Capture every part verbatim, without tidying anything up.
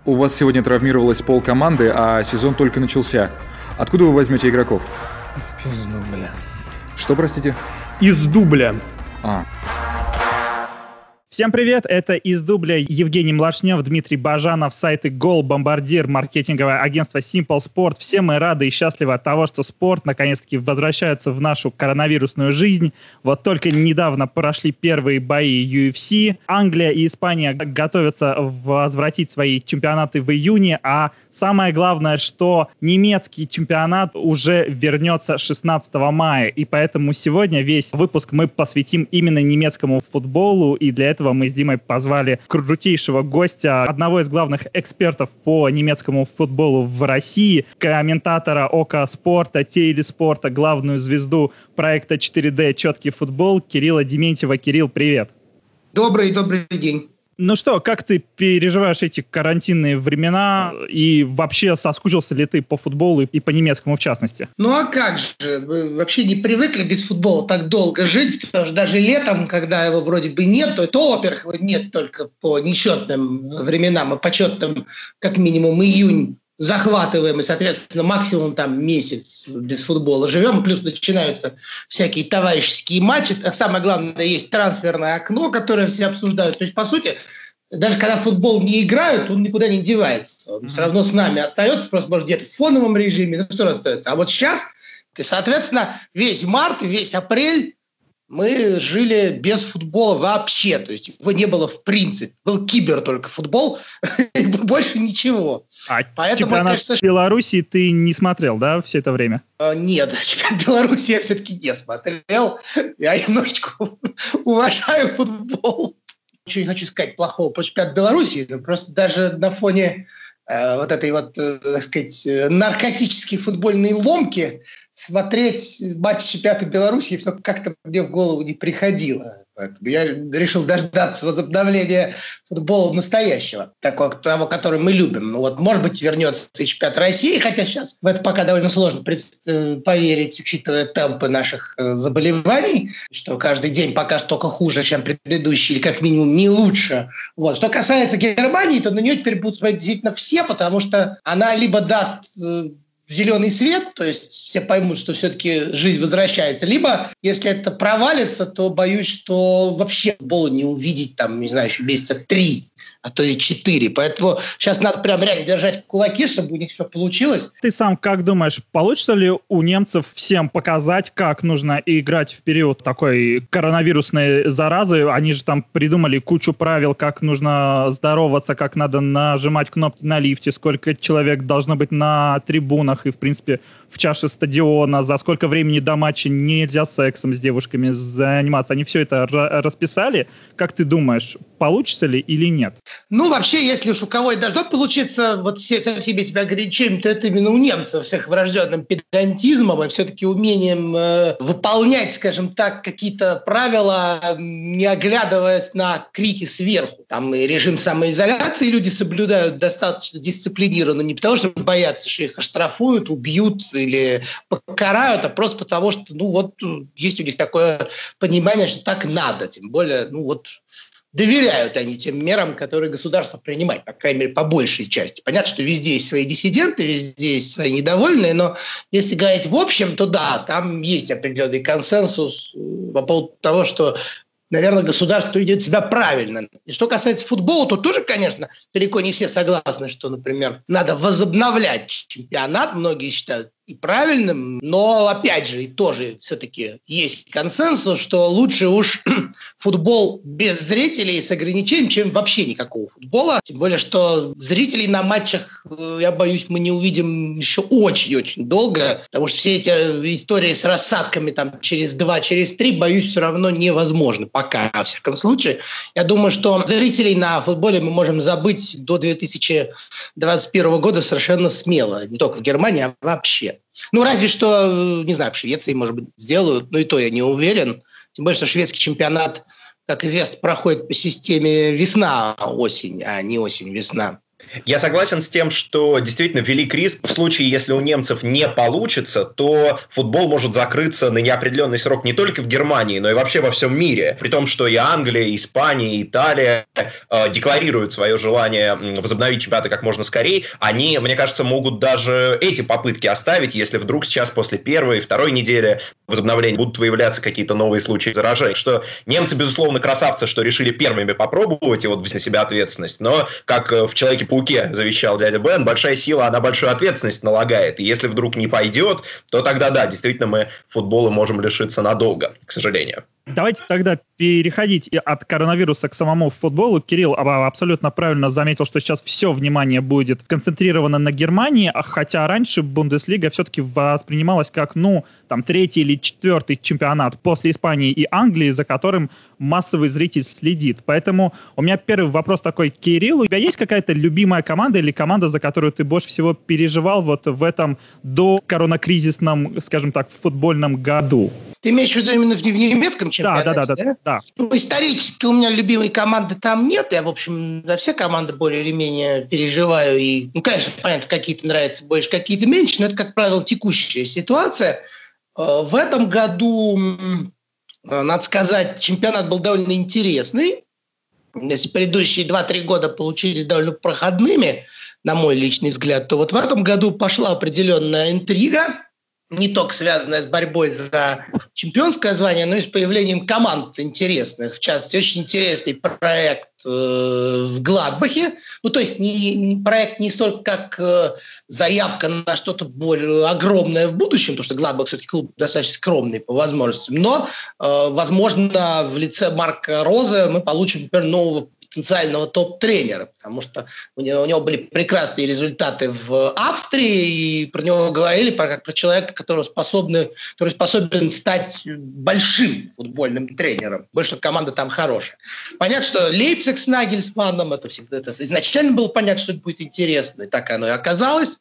У вас сегодня травмировалась полкоманды, а сезон только начался. Откуда вы возьмете игроков? Из дубля. Что, простите? Из дубля. А. Всем привет, это «Из дубля» Евгений Млашнев, Дмитрий Бажанов, сайты «Гол», «Бомбардир», маркетинговое агентство Simple Sport. Все мы рады и счастливы от того, что спорт наконец-таки возвращается в нашу коронавирусную жизнь. Вот только недавно прошли первые бои ю эф си. Англия и Испания готовятся возвратить свои чемпионаты в июне, а самое главное, что немецкий чемпионат уже вернется шестнадцатого мая, и поэтому сегодня весь выпуск мы посвятим именно немецкому футболу, и для этого мы с Димой позвали крутейшего гостя, одного из главных экспертов по немецкому футболу в России, комментатора ОК Спорта, Телеспорта, главную звезду проекта четыре дэ «Четкий футбол» Кирилла Дементьева. Кирилл, привет! Добрый, добрый день. Ну что, как ты переживаешь эти карантинные времена и вообще соскучился ли ты по футболу и по немецкому в частности? Ну а как же, вы вообще не привыкли без футбола так долго жить, потому что даже летом, когда его вроде бы нет, то, то во-первых, его нет только по несчетным временам, а почетным как минимум июнь захватываем, и, соответственно, максимум там месяц без футбола живем, плюс начинаются всякие товарищеские матчи, а самое главное, есть трансферное окно, которое все обсуждают. То есть, по сути, даже когда в футбол не играют, он никуда не девается. Он mm-hmm. все равно с нами остается, просто, может, где-то в фоновом режиме, но все равно остается. А вот сейчас, соответственно, весь март, весь апрель мы жили без футбола вообще, то есть его не было в принципе. Был кибер только футбол, и больше ничего. А Поэтому, чемпионат кажется, Белоруссии ты не смотрел, да, все это время? Нет, чемпионат Беларуси я все-таки не смотрел. Я немножечко уважаю футбол. Ничего не хочу сказать плохого про чемпионат Беларуси, но просто даже на фоне э, вот этой вот, э, так сказать, наркотической футбольной ломки смотреть матч чемпионата Беларуси как-то мне в голову не приходило. Поэтому я решил дождаться возобновления футбола настоящего, такого, того, который мы любим. Ну вот, может быть, вернется и чемпионат России, хотя сейчас в это пока довольно сложно поверить, учитывая темпы наших заболеваний, что каждый день пока что только хуже, чем предыдущий, или как минимум не лучше. Вот. Что касается Германии, то на нее теперь будут смотреть действительно все, потому что она либо даст зеленый свет, то есть все поймут, что все-таки жизнь возвращается. Либо, если это провалится, то боюсь, что вообще футбол не увидеть там, не знаю, еще месяца три, а то и четыре. Поэтому сейчас надо прям реально держать кулаки, чтобы у них все получилось. Ты сам как думаешь, получится ли у немцев всем показать, как нужно играть в период такой коронавирусной заразы? Они же там придумали кучу правил, как нужно здороваться, как надо нажимать кнопки на лифте, сколько человек должно быть на трибунах и, в принципе, в чаше стадиона, за сколько времени до матча нельзя сексом с девушками заниматься. Они все это расписали. Как ты думаешь, получится ли или нет? Ну, вообще, если уж у кого и должно получиться вот все, со всеми этими ограничениями, то это именно у немцев с их врожденным педантизмом и все-таки умением э, выполнять, скажем так, какие-то правила, не оглядываясь на крики сверху. Там и режим самоизоляции люди соблюдают достаточно дисциплинированно, не потому что боятся, что их оштрафуют, убьют или покарают, а просто потому что, ну, вот есть у них такое понимание, что так надо. Тем более, ну, вот доверяют они тем мерам, которые государство принимает, по крайней мере, по большей части. Понятно, что везде есть свои диссиденты, везде есть свои недовольные, но если говорить в общем, то да, там есть определенный консенсус по поводу того, что, наверное, государство ведет себя правильно. И что касается футбола, то тоже, конечно, далеко не все согласны, что, например, надо возобновлять чемпионат. Многие считают и правильным, но, опять же, и тоже все-таки есть консенсус, что лучше уж футбол без зрителей с ограничением, чем вообще никакого футбола. Тем более, что зрителей на матчах, я боюсь, мы не увидим еще очень-очень долго, потому что все эти истории с рассадками там через два, через три, боюсь, все равно невозможно пока, во всяком случае. Я думаю, что зрителей на футболе мы можем забыть до две тысячи двадцать первого года совершенно смело, не только в Германии, а вообще. Ну, разве что, не знаю, в Швеции, может быть, сделают, но и то я не уверен. Тем более, что шведский чемпионат, как известно, проходит по системе весна-осень, а не осень-весна. Я согласен с тем, что действительно велик риск. В случае, если у немцев не получится, то футбол может закрыться на неопределенный срок не только в Германии, но и вообще во всем мире. При том, что и Англия, и Испания, и Италия э, декларируют свое желание возобновить чемпионаты как можно скорее. Они, мне кажется, могут даже эти попытки оставить, если вдруг сейчас после первой и второй недели возобновления будут выявляться какие-то новые случаи заражения. Что немцы, безусловно, красавцы, что решили первыми попробовать и вот взять на себя ответственность. Но, как в «Человеке-пауке» завещал дядя Бен, большая сила, она большую ответственность налагает. И если вдруг не пойдет, то тогда, да, действительно мы футбола можем лишиться надолго, к сожалению. Давайте тогда переходить от коронавируса к самому футболу. Кирилл абсолютно правильно заметил, что сейчас все внимание будет концентрировано на Германии, хотя раньше Бундеслига все-таки воспринималась как, ну, там, третий или четвертый чемпионат после Испании и Англии, за которым массовый зритель следит. Поэтому у меня первый вопрос такой к Кириллу. У тебя есть какая-то любимая команда или команда, за которую ты больше всего переживал вот в этом докоронакризисном, скажем так, футбольном году? Ты имеешь в виду именно в немецком чемпионате? Да, да, да, да, да. Ну, исторически у меня любимой команды там нет. Я, в общем, за все команды более или менее переживаю. И, ну, конечно, понятно, какие-то нравятся больше, какие-то меньше, но это, как правило, текущая ситуация. В этом году, надо сказать, чемпионат был довольно интересный. Если предыдущие два-три года получились довольно проходными, на мой личный взгляд, то вот в этом году пошла определенная интрига, не только связанная с борьбой за чемпионское звание, но и с появлением команд интересных. В частности, очень интересный проект э, в Гладбахе. Ну, то есть не, проект не столько как э, заявка на что-то более огромное в будущем, потому что Гладбах все-таки клуб достаточно скромный по возможностям, но, э, возможно, в лице Марка Розе мы получим, например, нового потенциального топ-тренера, потому что у него, у него были прекрасные результаты в Австрии, и про него говорили как про человека, который, способный, который способен стать большим футбольным тренером. Больше команда там хорошая. Понятно, что Лейпциг с Нагельсманном, это всегда это изначально было понятно, что это будет интересно, и так оно и оказалось.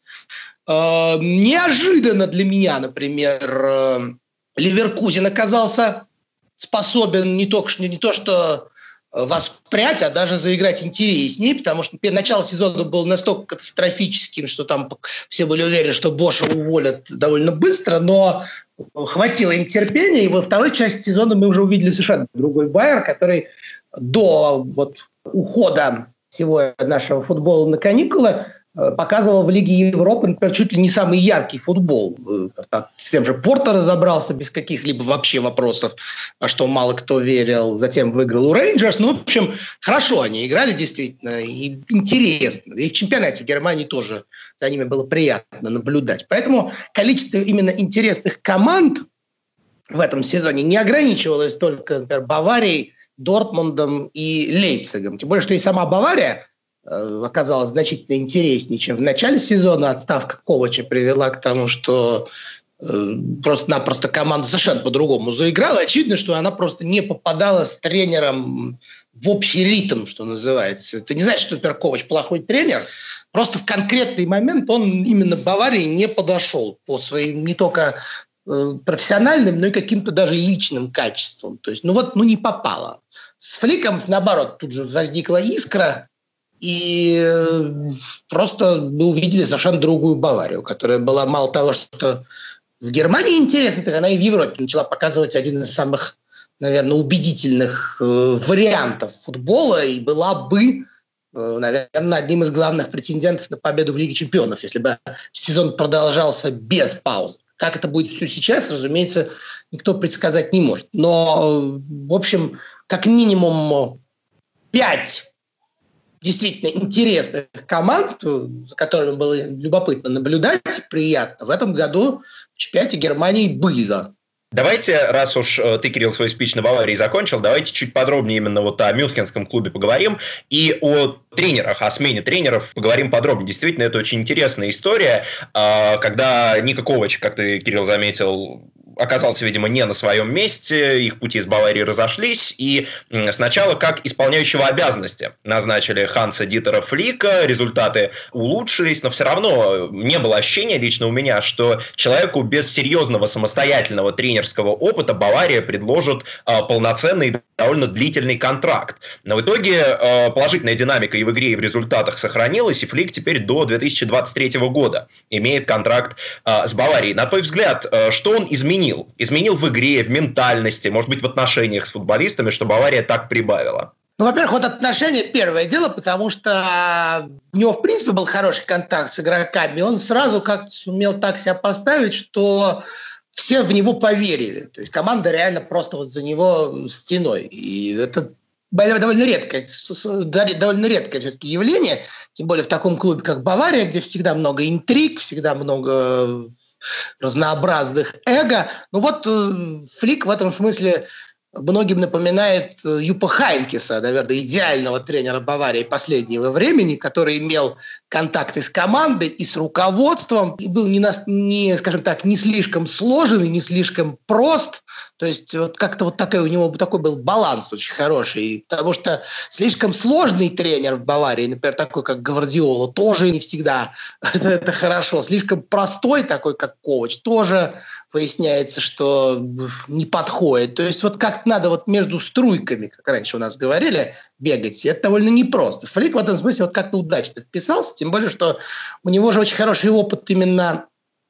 Э, неожиданно для меня, например, э, Ливеркузен оказался способен не только не то, что воспрять, а даже заиграть интереснее, потому что начало сезона было настолько катастрофическим, что там все были уверены, что Боша уволят довольно быстро, но хватило им терпения, и во второй части сезона мы уже увидели совершенно другой Байер, который до вот ухода всего нашего футбола на каникулы показывал в Лиге Европы, например, чуть ли не самый яркий футбол. С тем же Порто разобрался без каких-либо вообще вопросов, во что мало кто верил. Затем выиграл у Рейнджерс. Ну, в общем, хорошо они играли действительно и интересно. И в чемпионате Германии тоже за ними было приятно наблюдать. Поэтому количество именно интересных команд в этом сезоне не ограничивалось только, например, Баварией, Дортмундом и Лейпцигом. Тем более, что и сама Бавария оказалось значительно интереснее, чем в начале сезона. Отставка Ковача привела к тому, что э, просто-напросто команда совершенно по-другому заиграла. Очевидно, что она просто не попадала с тренером в общий ритм, что называется. Это не значит, что, например, Ковач плохой тренер. Просто в конкретный момент он именно Баварии не подошел по своим не только э, профессиональным, но и каким-то даже личным качествам. То есть, ну вот, ну не попало. С Фликом, наоборот, тут же возникла искра, и просто мы увидели совершенно другую Баварию, которая была мало того, что в Германии интересна, так она и в Европе начала показывать один из самых, наверное, убедительных э, вариантов футбола и была бы, э, наверное, одним из главных претендентов на победу в Лиге чемпионов, если бы сезон продолжался без паузы. Как это будет все сейчас, разумеется, никто предсказать не может. Но, в общем, как минимум пять действительно интересных команд, за которыми было любопытно наблюдать, приятно, в этом году в чемпионате Германии было. Давайте, раз уж ты, Кирилл, свой спич на Баварии закончил, давайте чуть подробнее именно вот о мюнхенском клубе поговорим и о тренерах, о смене тренеров поговорим подробнее. Действительно, это очень интересная история, когда Ника Ковач, как ты, Кирилл, заметил, оказался, видимо, не на своем месте, их пути с Баварией разошлись, и сначала как исполняющего обязанности назначили Ханса Дитера Флика, результаты улучшились, но все равно не было ощущения лично у меня, что человеку без серьезного самостоятельного тренерского опыта Бавария предложит а, полноценный довольно длительный контракт. Но в итоге э, положительная динамика и в игре, и в результатах сохранилась, и Флик теперь до две тысячи двадцать третьего года имеет контракт э, с Баварией. На твой взгляд, э, что он изменил? Изменил в игре, в ментальности, может быть, в отношениях с футболистами, что Бавария так прибавила? Ну, во-первых, вот отношения первое дело, потому что у него, в принципе, был хороший контакт с игроками. Он сразу как-то сумел так себя поставить, что все в него поверили. То есть команда реально просто вот за него стеной. И это довольно редкое, довольно редкое все-таки явление, тем более в таком клубе, как Бавария, где всегда много интриг, всегда много разнообразных эго. Ну вот Флик в этом смысле многим напоминает Юпа Хайнкеса, наверное, идеального тренера Баварии последнего времени, который имел контакты с командой и с руководством, и был не, на, не, скажем так, не слишком сложный, не слишком прост. То есть вот как-то вот такой у него такой был баланс очень хороший. Потому что слишком сложный тренер в Баварии, например, такой, как Гвардиола, тоже не всегда это, это хорошо. Слишком простой такой, как Ковач, тоже выясняется, что не подходит. То есть вот как надо вот между струйками, как раньше у нас говорили, бегать. И это довольно непросто. Флик в этом смысле вот как-то удачно вписался, тем более, что у него же очень хороший опыт именно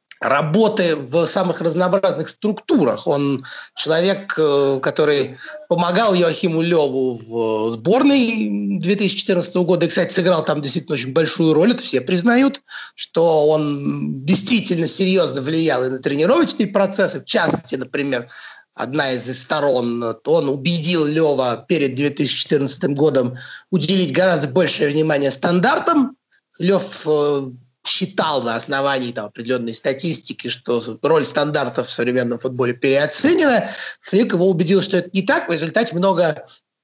работы в самых разнообразных структурах. Он человек, который помогал Йоахиму Леву в сборной две тысячи четырнадцатого года. И, кстати, сыграл там действительно очень большую роль. Это все признают, что он действительно серьезно влиял и на тренировочные процессы. В частности, например, одна из сторон, он убедил Лева перед две тысячи четырнадцатым годом уделить гораздо большее внимание стандартам. Лев э, считал на основании там, определенной статистики, что роль стандартов в современном футболе переоценена. Флик его убедил, что это не так. В результате много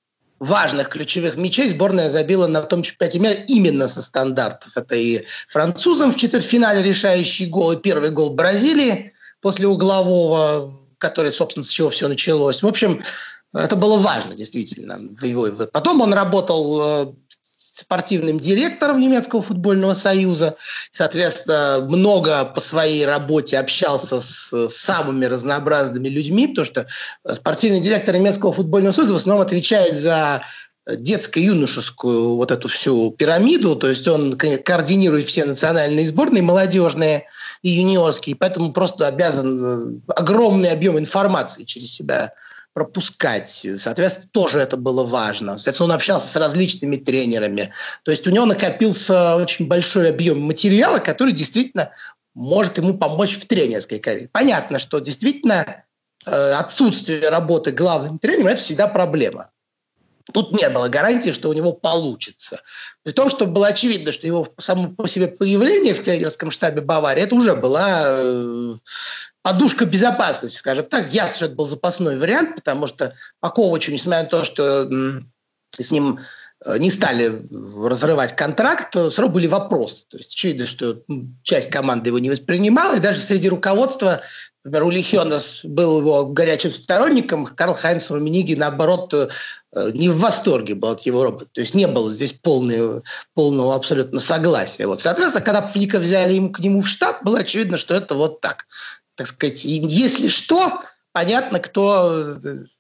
важных ключевых мячей сборная забила на том чемпионате мира именно со стандартов. Это и французам в четвертьфинале решающий гол, и первый гол Бразилии после углового, который, собственно, с чего все началось. В общем, это было важно, действительно. Потом он работал спортивным директором немецкого футбольного союза, соответственно, много по своей работе общался с самыми разнообразными людьми, потому что спортивный директор немецкого футбольного союза в основном отвечает за детско-юношескую вот эту всю пирамиду, то есть он координирует все национальные сборные, молодежные и юниорские, поэтому просто обязан огромный объем информации через себя пропускать. Соответственно, тоже это было важно. Соответственно, он общался с различными тренерами. То есть у него накопился очень большой объем материала, который действительно может ему помочь в тренерской карьере. Понятно, что действительно отсутствие работы главным тренером – это всегда проблема. Тут не было гарантии, что у него получится. При том, что было очевидно, что его само по себе появление в тренерском штабе Баварии – это уже была подушка безопасности, скажем так. Ясно, что это был запасной вариант, потому что по Ковачу, несмотря на то, что с ним не стали разрывать контракт, все равно были вопросы. То есть очевидно, что часть команды его не воспринимала, и даже среди руководства, например, Ули Хёнес был его горячим сторонником, Карл-Хайнц Руммениге, наоборот, не в восторге был от его робота. То есть не было здесь полного, полного абсолютно согласия. Вот. Соответственно, когда Флика взяли ему, к нему в штаб, было очевидно, что это вот так. Так сказать, если что, понятно, кто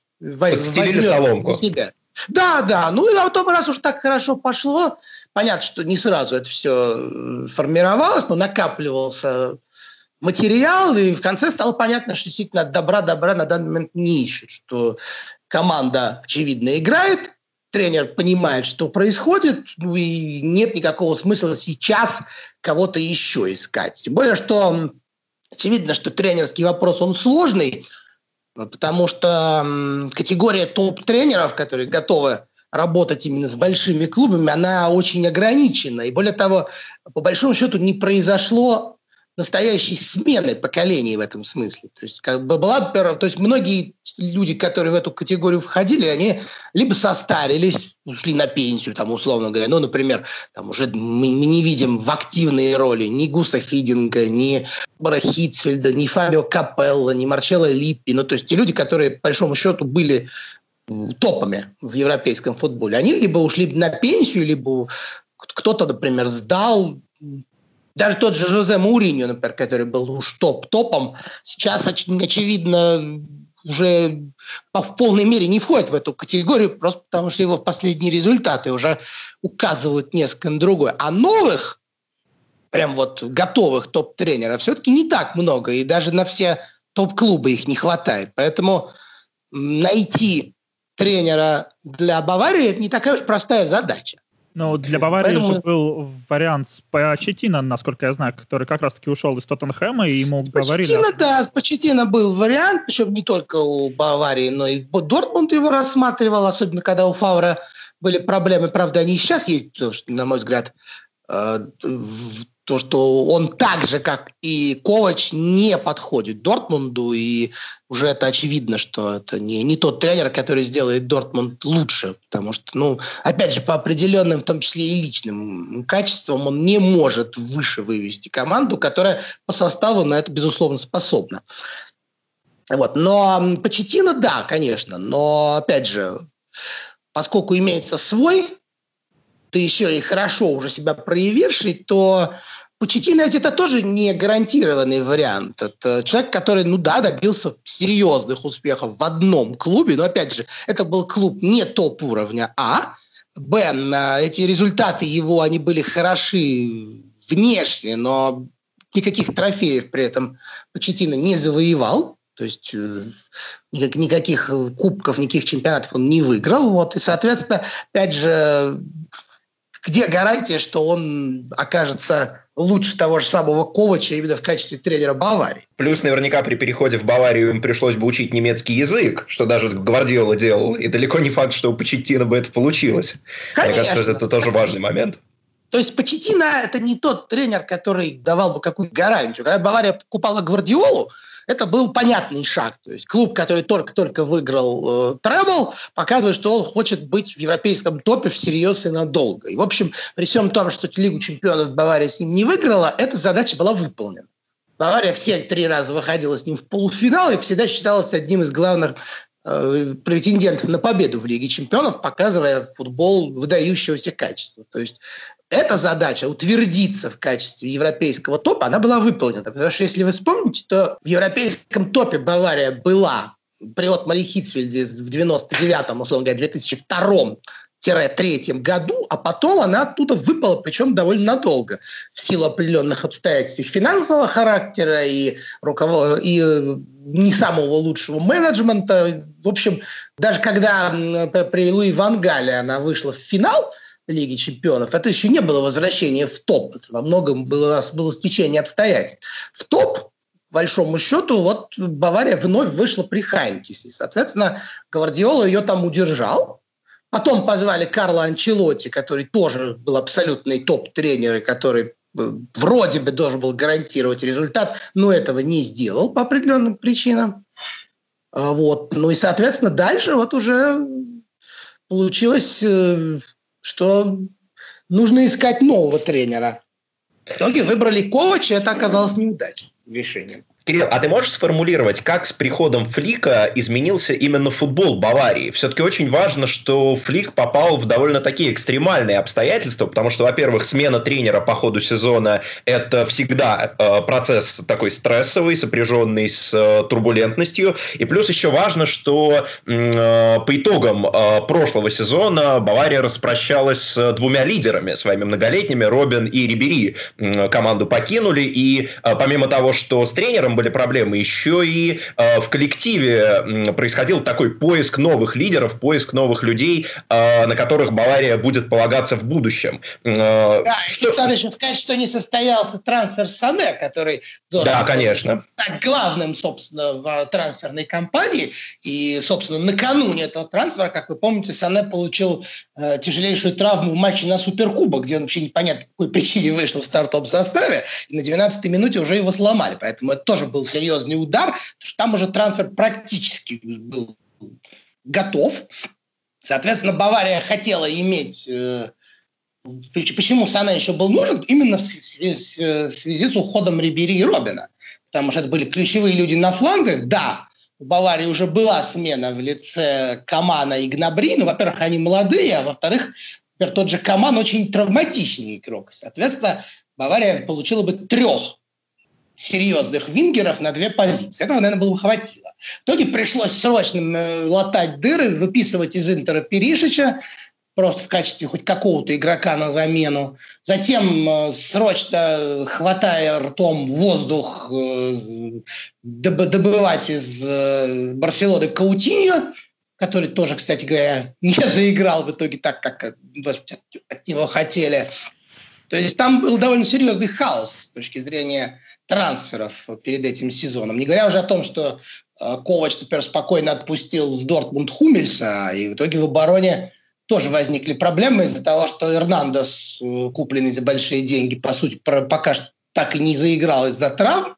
возьмет соломку на себя. Да, да. Ну и потом, раз уж так хорошо пошло, понятно, что не сразу это все формировалось, но накапливался материал, и в конце стало понятно, что действительно добра-добра на данный момент не ищут, что команда, очевидно, играет, тренер понимает, что происходит, ну и нет никакого смысла сейчас кого-то еще искать. Тем более, что очевидно, что тренерский вопрос, он сложный, потому что категория топ-тренеров, которые готовы работать именно с большими клубами, она очень ограничена. И более того, по большому счету не произошло настоящей смены поколений в этом смысле. То есть, как бы была, то есть многие люди, которые в эту категорию входили, они либо состарились, ушли на пенсию, там, условно говоря. Ну, например, там уже мы не видим в активной роли ни Густа Хидинга, ни Бара Хитцфельда, ни Фабио Капелло, ни Марчелло Липпи. Ну, то есть те люди, которые, по большому счету, были топами в европейском футболе. Они либо ушли на пенсию, либо кто-то, например, сдал. Даже тот же Жозе Мауриньо, например, который был уж топ-топом, сейчас, очевидно, уже в полной мере не входит в эту категорию, просто потому что его последние результаты уже указывают несколько на другое. А новых, прям вот готовых топ-тренеров все-таки не так много, и даже на все топ-клубы их не хватает. Поэтому найти тренера для Баварии – это не такая уж простая задача. Ну, для Баварии Поэтому... же был вариант с Почеттино, насколько я знаю, который как раз-таки ушел из Тоттенхэма, и ему говорили... Почеттино, да, с Почеттино был вариант, причем не только у Баварии, но и Дортмунд его рассматривал, особенно когда у Фавра были проблемы. Правда, они и сейчас есть, потому что, на мой взгляд, то, что он так же, как и Ковач, не подходит Дортмунду, и уже это очевидно, что это не, не тот тренер, который сделает Дортмунд лучше, потому что, ну, опять же, по определенным, в том числе и личным качествам, он не может выше вывести команду, которая по составу на это, безусловно, способна. Вот. Но Почеттино, да, конечно, но, опять же, поскольку имеется свой, ты еще и хорошо уже себя проявивший, то Почеттино ведь это тоже не гарантированный вариант. Это человек, который, ну да, добился серьезных успехов в одном клубе, но, опять же, это был клуб не топ-уровня, а, б, эти результаты его, они были хороши внешне, но никаких трофеев при этом Почеттино не завоевал. То есть э, никак, никаких кубков, никаких чемпионатов он не выиграл. Вот, и, соответственно, опять же, где гарантия, что он окажется лучше того же самого Ковача именно в качестве тренера Баварии? Плюс наверняка при переходе в Баварию им пришлось бы учить немецкий язык, что даже Гвардиола делал. И далеко не факт, что у Почеттино бы это получилось. Конечно. Мне кажется, это тоже важный момент. То есть Почеттино – это не тот тренер, который давал бы какую-то гарантию. Когда Бавария покупала Гвардиолу, это был понятный шаг. То есть клуб, который только-только выиграл э, требл, показывает, что он хочет быть в европейском топе всерьез и надолго. И, в общем, при всем том, что Лигу чемпионов Бавария с ним не выиграла, эта задача была выполнена. Бавария все три раза выходила с ним в полуфинал и всегда считалась одним из главных э, претендентов на победу в Лиге чемпионов, показывая футбол выдающегося качества. То есть эта задача утвердиться в качестве европейского топа, она была выполнена. Потому что, если вы вспомните, то в европейском топе Бавария была при Отмаре Хитцфельде в девяносто девятом, условно говоря, две тысячи втором третьем году, а потом она оттуда выпала, причем довольно надолго, в силу определенных обстоятельств финансового характера и, руковод... и не самого лучшего менеджмента. В общем, даже когда при Луи ван Гале она вышла в финал Лиги чемпионов, это еще не было возвращение в топ. Это во многом было, было стечение обстоятельств. В топ, по большому счету, вот Бавария вновь вышла при Хайнкесе. Соответственно, Гвардиола ее там удержал. Потом позвали Карло Анчелотти, который тоже был абсолютный топ-тренер, и который вроде бы должен был гарантировать результат, но этого не сделал по определенным причинам. Вот. Ну и, соответственно, дальше вот уже получилось, что нужно искать нового тренера. В итоге выбрали Ковача, это оказалось неудачным решением. Кирилл, а ты можешь сформулировать, как с приходом Флика изменился именно футбол Баварии? Все-таки очень важно, что Флик попал в довольно такие экстремальные обстоятельства, потому что, во-первых, смена тренера по ходу сезона – это всегда э, процесс такой стрессовый, сопряженный с э, турбулентностью. И плюс еще важно, что э, по итогам э, прошлого сезона Бавария распрощалась с двумя лидерами своими многолетними, Робин и Рибери. Э, команду покинули, и э, помимо того, что с тренером были проблемы, еще и э, в коллективе э, происходил такой поиск новых лидеров, поиск новых людей, э, на которых Бавария будет полагаться в будущем. Э, да, что... и надо еще сказать, что не состоялся трансфер Сане, который должен да, конечно. стать главным, собственно, в трансферной кампании. И, собственно, накануне этого трансфера, как вы помните, Сане получил э, тяжелейшую травму в матче на Суперкубок, где он вообще непонятно по какой причине вышел в стартовом составе, и на девятнадцатой минуте уже его сломали. Поэтому это тоже был серьезный удар, потому что там уже трансфер практически был готов. Соответственно, Бавария хотела иметь... Э, почему Сане еще был нужен? Именно в связи, в связи с уходом Рибери и Робина. Потому что это были ключевые люди на флангах. Да, у Баварии уже была смена в лице Комана и Гнабри. Ну, во-первых, они молодые, а во-вторых, например, тот же Коман очень травматичный игрок. Соответственно, Бавария получила бы трех серьезных вингеров на две позиции. Этого, наверное, было бы хватило. В итоге пришлось срочно латать дыры, выписывать из Интера Перишича, просто в качестве хоть какого-то игрока на замену. Затем, э, срочно, хватая ртом воздух, э, доб- добывать из э, Барселоны Каутиньо, который тоже, кстати говоря, не заиграл в итоге так, как господи, от него хотели. То есть там был довольно серьезный хаос с точки зрения трансферов перед этим сезоном. Не говоря уже о том, что э, Ковач теперь спокойно отпустил в Дортмунд Хуммельса, и в итоге в обороне тоже возникли проблемы из-за того, что Эрнандес, купленный за большие деньги, по сути, пока что так и не заиграл из-за травм.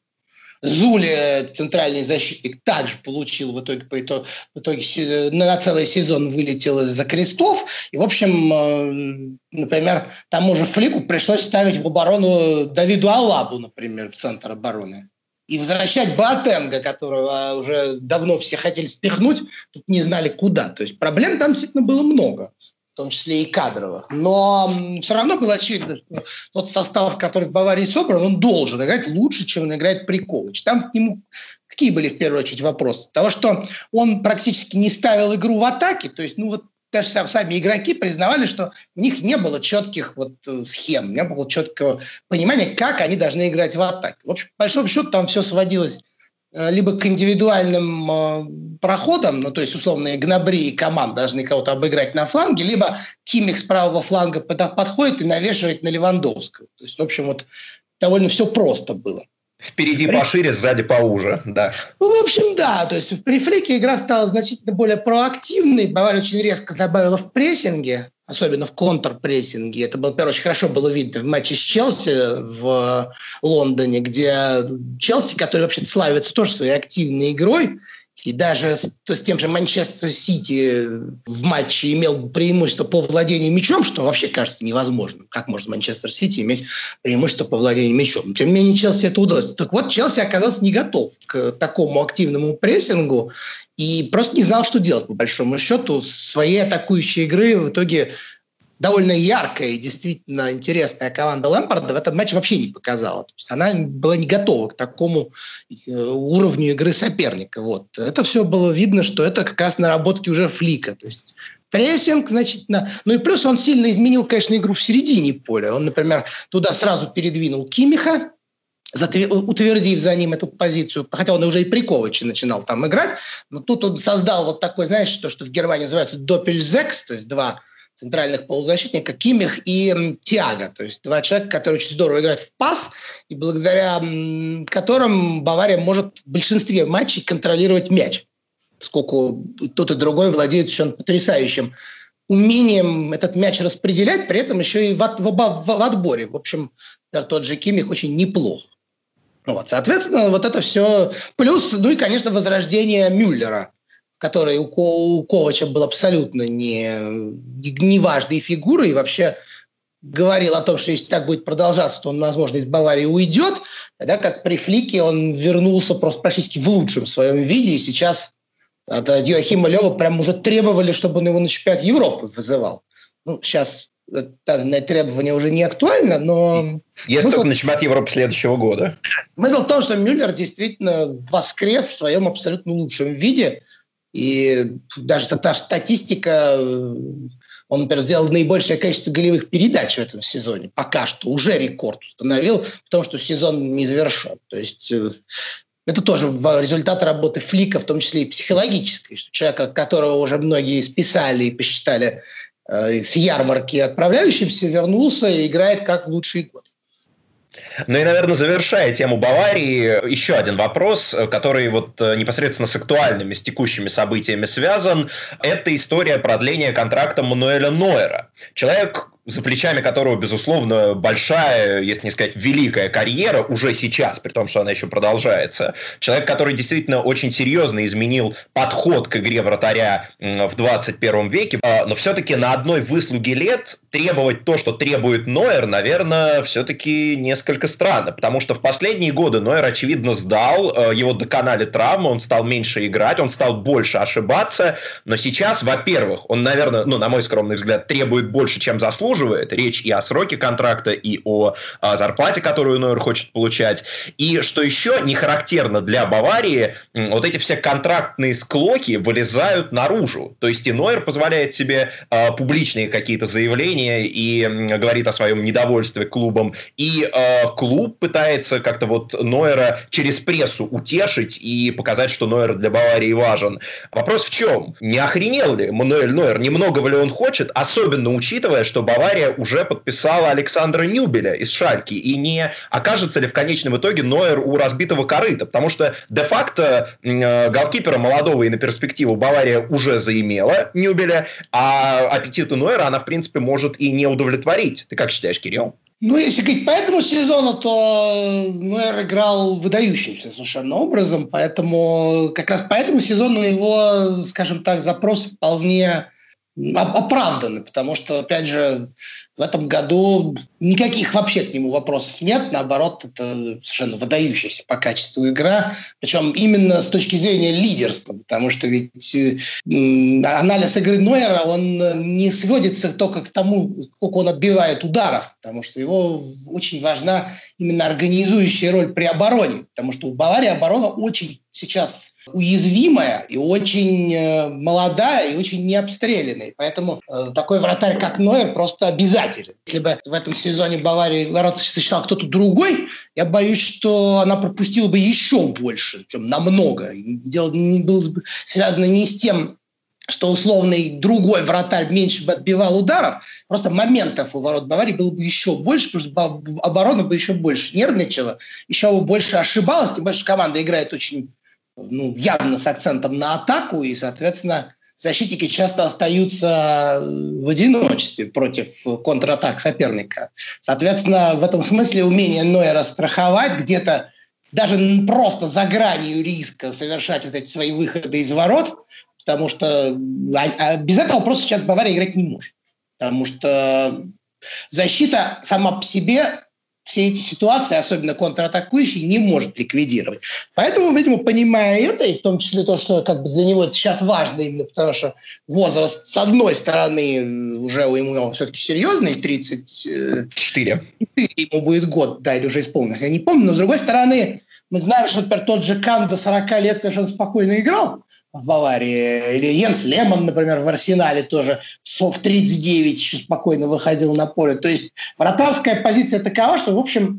Зуле, центральный защитник, также получил в итоге, по итогу, в итоге на целый сезон вылетел из-за крестов. И, в общем, например, тому же Флику пришлось ставить в оборону Давиду Алабу, например, в центр обороны. И возвращать Боатенга, которого уже давно все хотели спихнуть, тут не знали куда. То есть проблем там действительно было много, в том числе и кадровых. Но все равно было очевидно, что тот состав, который в Баварии собран, он должен играть лучше, чем он играет при Коваче. Там к нему какие были в первую очередь вопросы? Того, что он практически не ставил игру в атаке, то есть, ну вот, даже сами игроки признавали, что у них не было четких вот схем, не было четкого понимания, как они должны играть в атаке. В общем, по большому счету там все сводилось либо к индивидуальным э, проходам, ну, то есть, условно, Гнабри и Коман должны кого-то обыграть на фланге, либо Киммих с правого фланга под, подходит и навешивает на Левандовского. То есть, в общем, вот довольно все просто было. Впереди пошире, сзади поуже, да. Ну, в общем, да. То есть при Флике игра стала значительно более проактивной. Бавария очень резко добавила в прессинге, особенно в контрпрессинге. Это было, во-первых, очень хорошо было видно в матче с Челси в Лондоне, где Челси, который вообще славится тоже своей активной игрой, и даже с, с тем же Манчестер Сити в матче имел преимущество по владению мячом, что вообще кажется невозможным. Как может Манчестер Сити иметь преимущество по владению мячом? Тем не менее, Челси это удалось. Так вот, Челси оказался не готов к такому активному прессингу и просто не знал, что делать, по большому счету. Своей атакующей игры в итоге довольно яркая и действительно интересная команда Лэмпарда в этом матче вообще не показала. То есть она была не готова к такому уровню игры соперника. Вот. Это все было видно, что это как раз наработки уже Флика. То есть прессинг значительно... Ну и плюс он сильно изменил, конечно, игру в середине поля. Он, например, туда сразу передвинул Киммиха, утвердив за ним эту позицию, хотя он уже и при Коваче начинал там играть, но тут он создал вот такой, знаешь, то, что в Германии называется доппельзекс, то есть два центральных полузащитника, Киммих и м, Тиаго. То есть два человека, которые очень здорово играют в пас, и благодаря м, которым Бавария может в большинстве матчей контролировать мяч, поскольку тот и другой владеют совершенно потрясающим умением этот мяч распределять, при этом еще и в, от, в, в, в отборе. В общем, тот же Киммих очень неплох. Вот, соответственно, вот это все. Плюс, ну и, конечно, возрождение Мюллера, который у, у Ковача был абсолютно не, не важной фигурой и вообще говорил о том, что если так будет продолжаться, то он, возможно, из Баварии уйдет. Тогда как при Флике он вернулся просто практически в лучшем своем виде, и сейчас от Йоахима Лёва прям уже требовали, чтобы он его на чемпионат Европы вызывал. Ну, сейчас данное требование уже не актуально, но... Есть смысл... только на чемпионат Европы следующего года. Смысл в том, что Мюллер действительно воскрес в своем абсолютно лучшем виде. И даже та статистика, он, например, сделал наибольшее количество голевых передач в этом сезоне. Пока что уже рекорд установил, в том, что сезон не завершен. То есть это тоже результат работы Флика, в том числе и психологической. Что человека, которого уже многие списали и посчитали э, с ярмарки отправляющимся, вернулся и играет как в лучший год. Ну и, наверное, завершая тему Баварии, еще один вопрос, который вот непосредственно с актуальными, с текущими событиями связан. Это история продления контракта Мануэля Нойера. Человек, за плечами которого, безусловно, большая, если не сказать великая карьера уже сейчас, при том, что она еще продолжается. Человек, который действительно очень серьезно изменил подход к игре вратаря в двадцать первом веке. Но все-таки на одной выслуге лет требовать то, что требует Нойер, наверное, все-таки несколько странно. Потому что в последние годы Нойер, очевидно, сдал, его доконали травмы, он стал меньше играть, он стал больше ошибаться. Но сейчас, во-первых, он, наверное, ну, на мой скромный взгляд, требует больше, чем заслуживает. заслуживает. Речь и о сроке контракта, и о, о зарплате, которую Нойер хочет получать. И что еще не характерно для Баварии, вот эти все контрактные склоки вылезают наружу. То есть и Нойер позволяет себе э, публичные какие-то заявления и э, говорит о своем недовольстве клубом. И э, клуб пытается как-то вот Нойера через прессу утешить и показать, что Нойер для Баварии важен. Вопрос в чем? Не охренел ли Мануэль Нойер? Немного ли он хочет? Особенно учитывая, что Бавария уже подписала Александра Нюбеля из Шальки. И не окажется ли в конечном итоге Нойер у разбитого корыта? Потому что де-факто э, голкипера молодого и на перспективу Бавария уже заимела Нюбеля, а аппетиты Нойера она, в принципе, может и не удовлетворить. Ты как считаешь, Кирилл? Ну, если говорить по этому сезону, то Нойер играл выдающимся совершенно образом, поэтому как раз по этому сезону его, скажем так, запрос вполне оправданы, потому что, опять же, в этом году никаких вообще к нему вопросов нет, наоборот, это совершенно выдающаяся по качеству игра, причем именно с точки зрения лидерства, потому что ведь э, анализ игры Нойера, он не сводится только к тому, сколько он отбивает ударов, потому что его очень важна именно организующая роль при обороне, потому что у Баварии оборона очень сейчас уязвимая и очень э, молодая и очень необстрелянная. Поэтому э, такой вратарь, как Нойер, просто обязателен. Если бы в этом сезоне Баварии ворота защищал кто-то другой, я боюсь, что она пропустила бы еще больше, чем намного. Дело не было бы связано не с тем, что условный другой вратарь меньше бы отбивал ударов, просто моментов у ворот Баварии было бы еще больше, потому что оборона бы еще больше нервничала, еще бы больше ошибалась, тем более, что команда играет очень ну, явно с акцентом на атаку, и, соответственно, защитники часто остаются в одиночестве против контратак соперника. Соответственно, в этом смысле умение Нойера страховать где-то даже просто за гранью риска совершать вот эти свои выходы из ворот, потому что а без этого просто сейчас Бавария играть не может. Потому что защита сама по себе все эти ситуации, особенно контратакующие, не может ликвидировать. Поэтому, видимо, понимая это, и в том числе то, что как бы для него это сейчас важно, именно потому что возраст, с одной стороны, уже у него все-таки серьезный, тридцать четыре ему будет год, да, или уже исполнился, я не помню, но с другой стороны, мы знаем, что, например, тот же Кан до сорока лет совершенно спокойно играл в Баварии, или Йенс Лемон, например, в Арсенале тоже в тридцать девять еще спокойно выходил на поле. То есть вратарская позиция такова, что, в общем,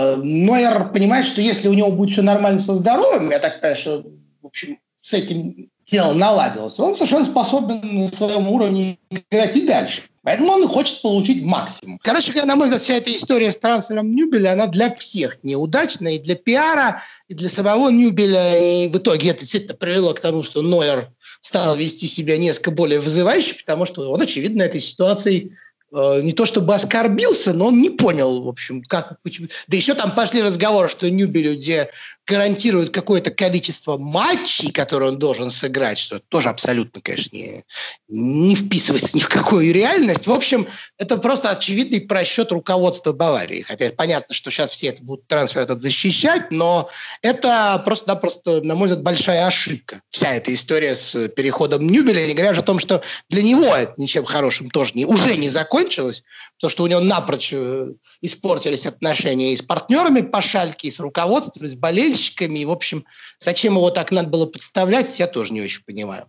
Нойер понимает, что если у него будет все нормально со здоровьем, я так понимаю, что, в общем, с этим дело наладилось, он совершенно способен на своем уровне играть и дальше. Поэтому он хочет получить максимум. Короче говоря, на мой взгляд, вся эта история с трансфером Нюбеля, она для всех неудачная, и для пиара, и для самого Нюбеля. И в итоге это действительно привело к тому, что Нойер стал вести себя несколько более вызывающе, потому что он, очевидно, этой ситуацией э, не то чтобы оскорбился, но он не понял, в общем, как... Почему. Да еще там пошли разговоры, что Нюбелю где гарантируют какое-то количество матчей, которые он должен сыграть, что тоже абсолютно, конечно, не, не вписывается ни в какую реальность. В общем, это просто очевидный просчет руководства Баварии. Хотя понятно, что сейчас все это будут трансфер этот защищать, но это просто-напросто, на мой взгляд, большая ошибка. Вся эта история с переходом Нюбеля, не говоря уже о том, что для него это ничем хорошим тоже не, уже не закончилось, то, что у него напрочь испортились отношения и с партнерами по Шальке, и с руководством, и с болельщиками. И, в общем, зачем его так надо было подставлять, я тоже не очень понимаю.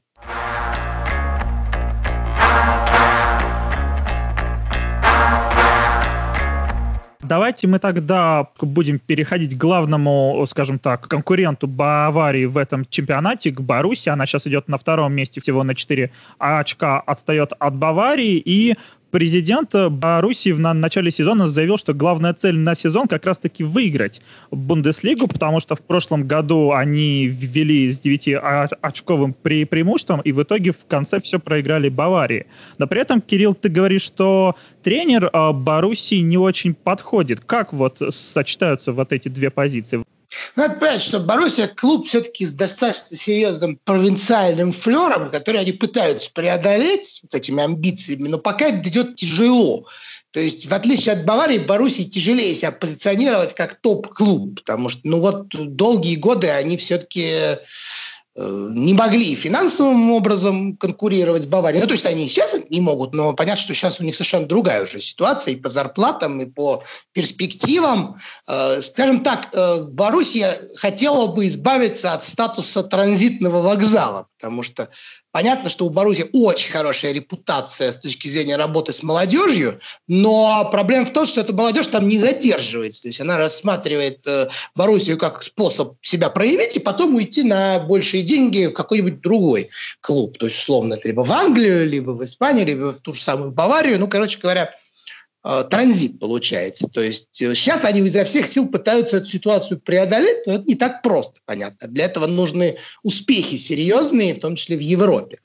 Давайте мы тогда будем переходить к главному, скажем так, конкуренту Баварии в этом чемпионате, к Боруссии. Она сейчас идет на втором месте, всего на четыре очка отстает от Баварии. И президент Боруссии в начале сезона заявил, что главная цель на сезон как раз-таки выиграть Бундеслигу, потому что в прошлом году они ввели с девятиочковым пре- преимуществом, и в итоге в конце все проиграли Баварии. Но при этом, Кирилл, ты говоришь, что тренер Боруссии не очень подходит. Как вот сочетаются вот эти две позиции? Надо понять, что Боруссия клуб все-таки с достаточно серьезным провинциальным флером, который они пытаются преодолеть вот этими амбициями, но пока это идет тяжело. То есть, в отличие от Баварии, Боруссии тяжелее себя позиционировать как топ-клуб, потому что, ну вот, долгие годы они все-таки не могли финансовым образом конкурировать с Баварией. Ну, то есть они и сейчас не могут, но понятно, что сейчас у них совершенно другая уже ситуация и по зарплатам, и по перспективам. Скажем так, Боруссия хотела бы избавиться от статуса транзитного вокзала, потому что понятно, что у Боруссии очень хорошая репутация с точки зрения работы с молодежью, но проблема в том, что эта молодежь там не задерживается. То есть она рассматривает э, Боруссию как способ себя проявить и потом уйти на большие деньги в какой-нибудь другой клуб. То есть, условно, это либо в Англию, либо в Испанию, либо в ту же самую Баварию. Ну, короче говоря, э, транзит получается. То есть э, сейчас они изо всех сил пытаются эту ситуацию преодолеть, но это не так просто, понятно. Для этого нужны успехи серьезные, в том числе в Европе.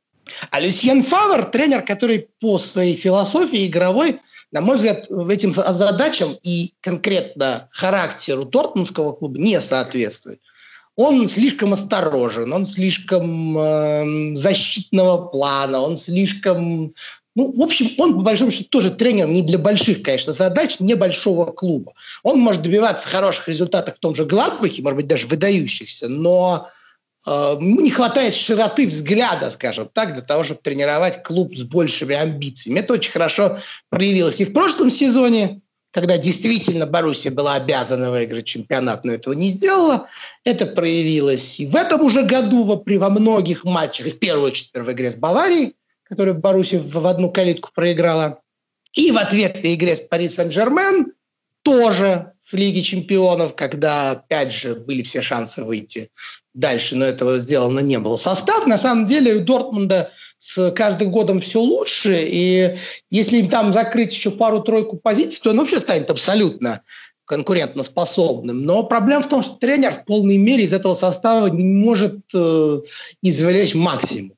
А Люсьен Фавр – тренер, который по своей философии игровой, на мой взгляд, этим задачам и конкретно характеру Дортмундского клуба не соответствует. Он слишком осторожен, он слишком э, защитного плана, он слишком... Ну, в общем, он, по большому счету, тоже тренер не для больших, конечно, задач, небольшого клуба. Он может добиваться хороших результатов в том же Гладбахе, может быть, даже выдающихся, но э, ему не хватает широты взгляда, скажем так, для того, чтобы тренировать клуб с большими амбициями. Это очень хорошо проявилось и в прошлом сезоне, когда действительно Боруссия была обязана выиграть чемпионат, но этого не сделала. Это проявилось и в этом уже году во, во многих матчах, и в первую очередь в игре с Баварией, которую Боруссия в одну калитку проиграла, и в ответной игре с Пари Сен-Жермен тоже в Лиге чемпионов, когда, опять же, были все шансы выйти дальше, но этого сделано не было. Состав, на самом деле, у Дортмунда с каждым годом все лучше, и если им там закрыть еще пару-тройку позиций, то он вообще станет абсолютно конкурентоспособным. Но проблема в том, что тренер в полной мере из этого состава не может э, извлечь максимум.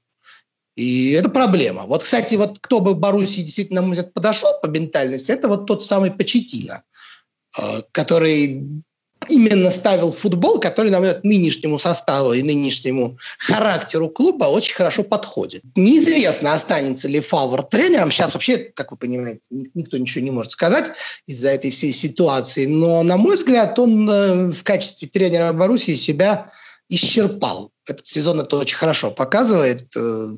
И это проблема. Вот, кстати, вот кто бы в Боруссии действительно, на мой взгляд, подошел по ментальности, это вот тот самый Почеттино, который именно ставил футбол, который, на мой взгляд, нынешнему составу и нынешнему характеру клуба очень хорошо подходит. Неизвестно, останется ли Фавр тренером. Сейчас вообще, как вы понимаете, никто ничего не может сказать из-за этой всей ситуации. Но, на мой взгляд, он в качестве тренера Боруссии себя исчерпал. Этот сезон это очень хорошо показывает,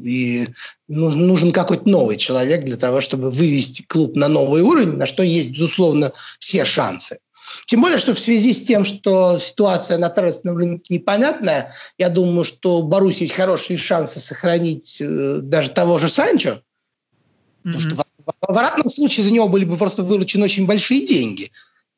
и нужен, нужен какой-то новый человек для того, чтобы вывести клуб на новый уровень, на что есть, безусловно, все шансы. Тем более, что в связи с тем, что ситуация на трансферном рынке непонятная, я думаю, что у Боруссии есть хорошие шансы сохранить э, даже того же Санчо, mm-hmm. потому что в, в обратном случае за него были бы просто выручены очень большие деньги.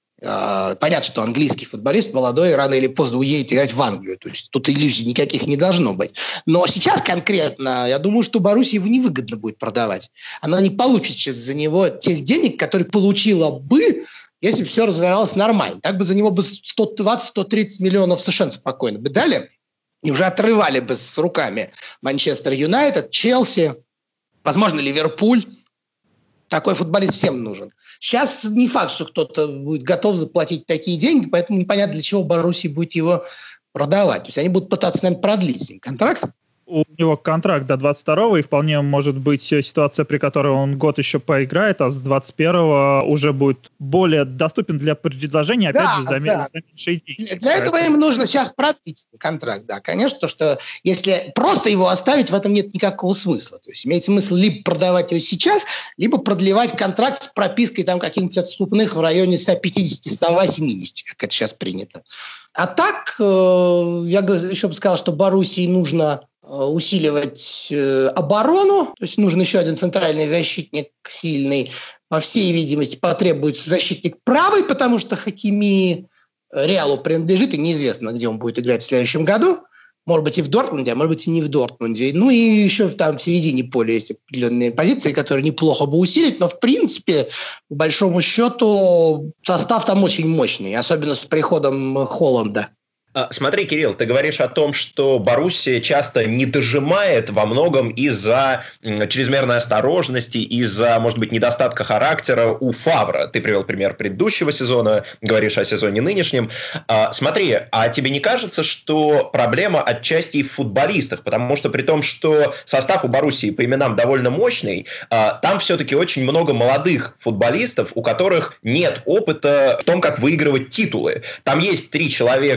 Понятно, что английский футболист молодой рано или поздно уедет играть в Англию. То есть тут иллюзий никаких не должно быть. Но сейчас конкретно, я думаю, что Боруссии его невыгодно будет продавать. Она не получит сейчас за него тех денег, которые получила бы, если бы все развивалось нормально. Так бы за него бы сто двадцать - сто тридцать миллионов совершенно спокойно бы дали. И уже отрывали бы с руками Манчестер Юнайтед, Челси, возможно, Ливерпуль. Такой футболист всем нужен. Сейчас не факт, что кто-то будет готов заплатить такие деньги, поэтому непонятно, для чего Боруссия будет его продавать. То есть они будут пытаться, наверное, продлить с ним контракт. У него контракт до двадцать второго, и вполне может быть ситуация, при которой он год еще поиграет, а с двадцать первого уже будет более доступен для предложения, опять да, же, за, да. за меньшие деньги. Для, для этого им нужно сейчас продлить контракт, да, конечно, то, что если просто его оставить, в этом нет никакого смысла. То есть имеет смысл либо продавать его сейчас, либо продлевать контракт с пропиской там каких-нибудь отступных в районе сто пятьдесят - сто восемьдесят, как это сейчас принято. А так, э, я еще бы сказал, что Боруссии нужно усиливать э, оборону, то есть нужен еще один центральный защитник сильный. По всей видимости, потребуется защитник правый, потому что Хакими Реалу принадлежит, и неизвестно, где он будет играть в следующем году. Может быть, и в Дортмунде, а может быть, и не в Дортмунде. Ну и еще там в середине поля есть определенные позиции, которые неплохо бы усилить, но в принципе, по большому счету, состав там очень мощный, особенно с приходом Холланда. Смотри, Кирилл, ты говоришь о том, что Боруссия часто не дожимает во многом из-за чрезмерной осторожности, из-за, может быть, недостатка характера у Фавра. Ты привел пример предыдущего сезона, говоришь о сезоне нынешнем. Смотри, а тебе не кажется, что проблема отчасти и в футболистах? Потому что при том, что состав у Боруссии по именам довольно мощный, там все-таки очень много молодых футболистов, у которых нет опыта в том, как выигрывать титулы. Там есть три человека из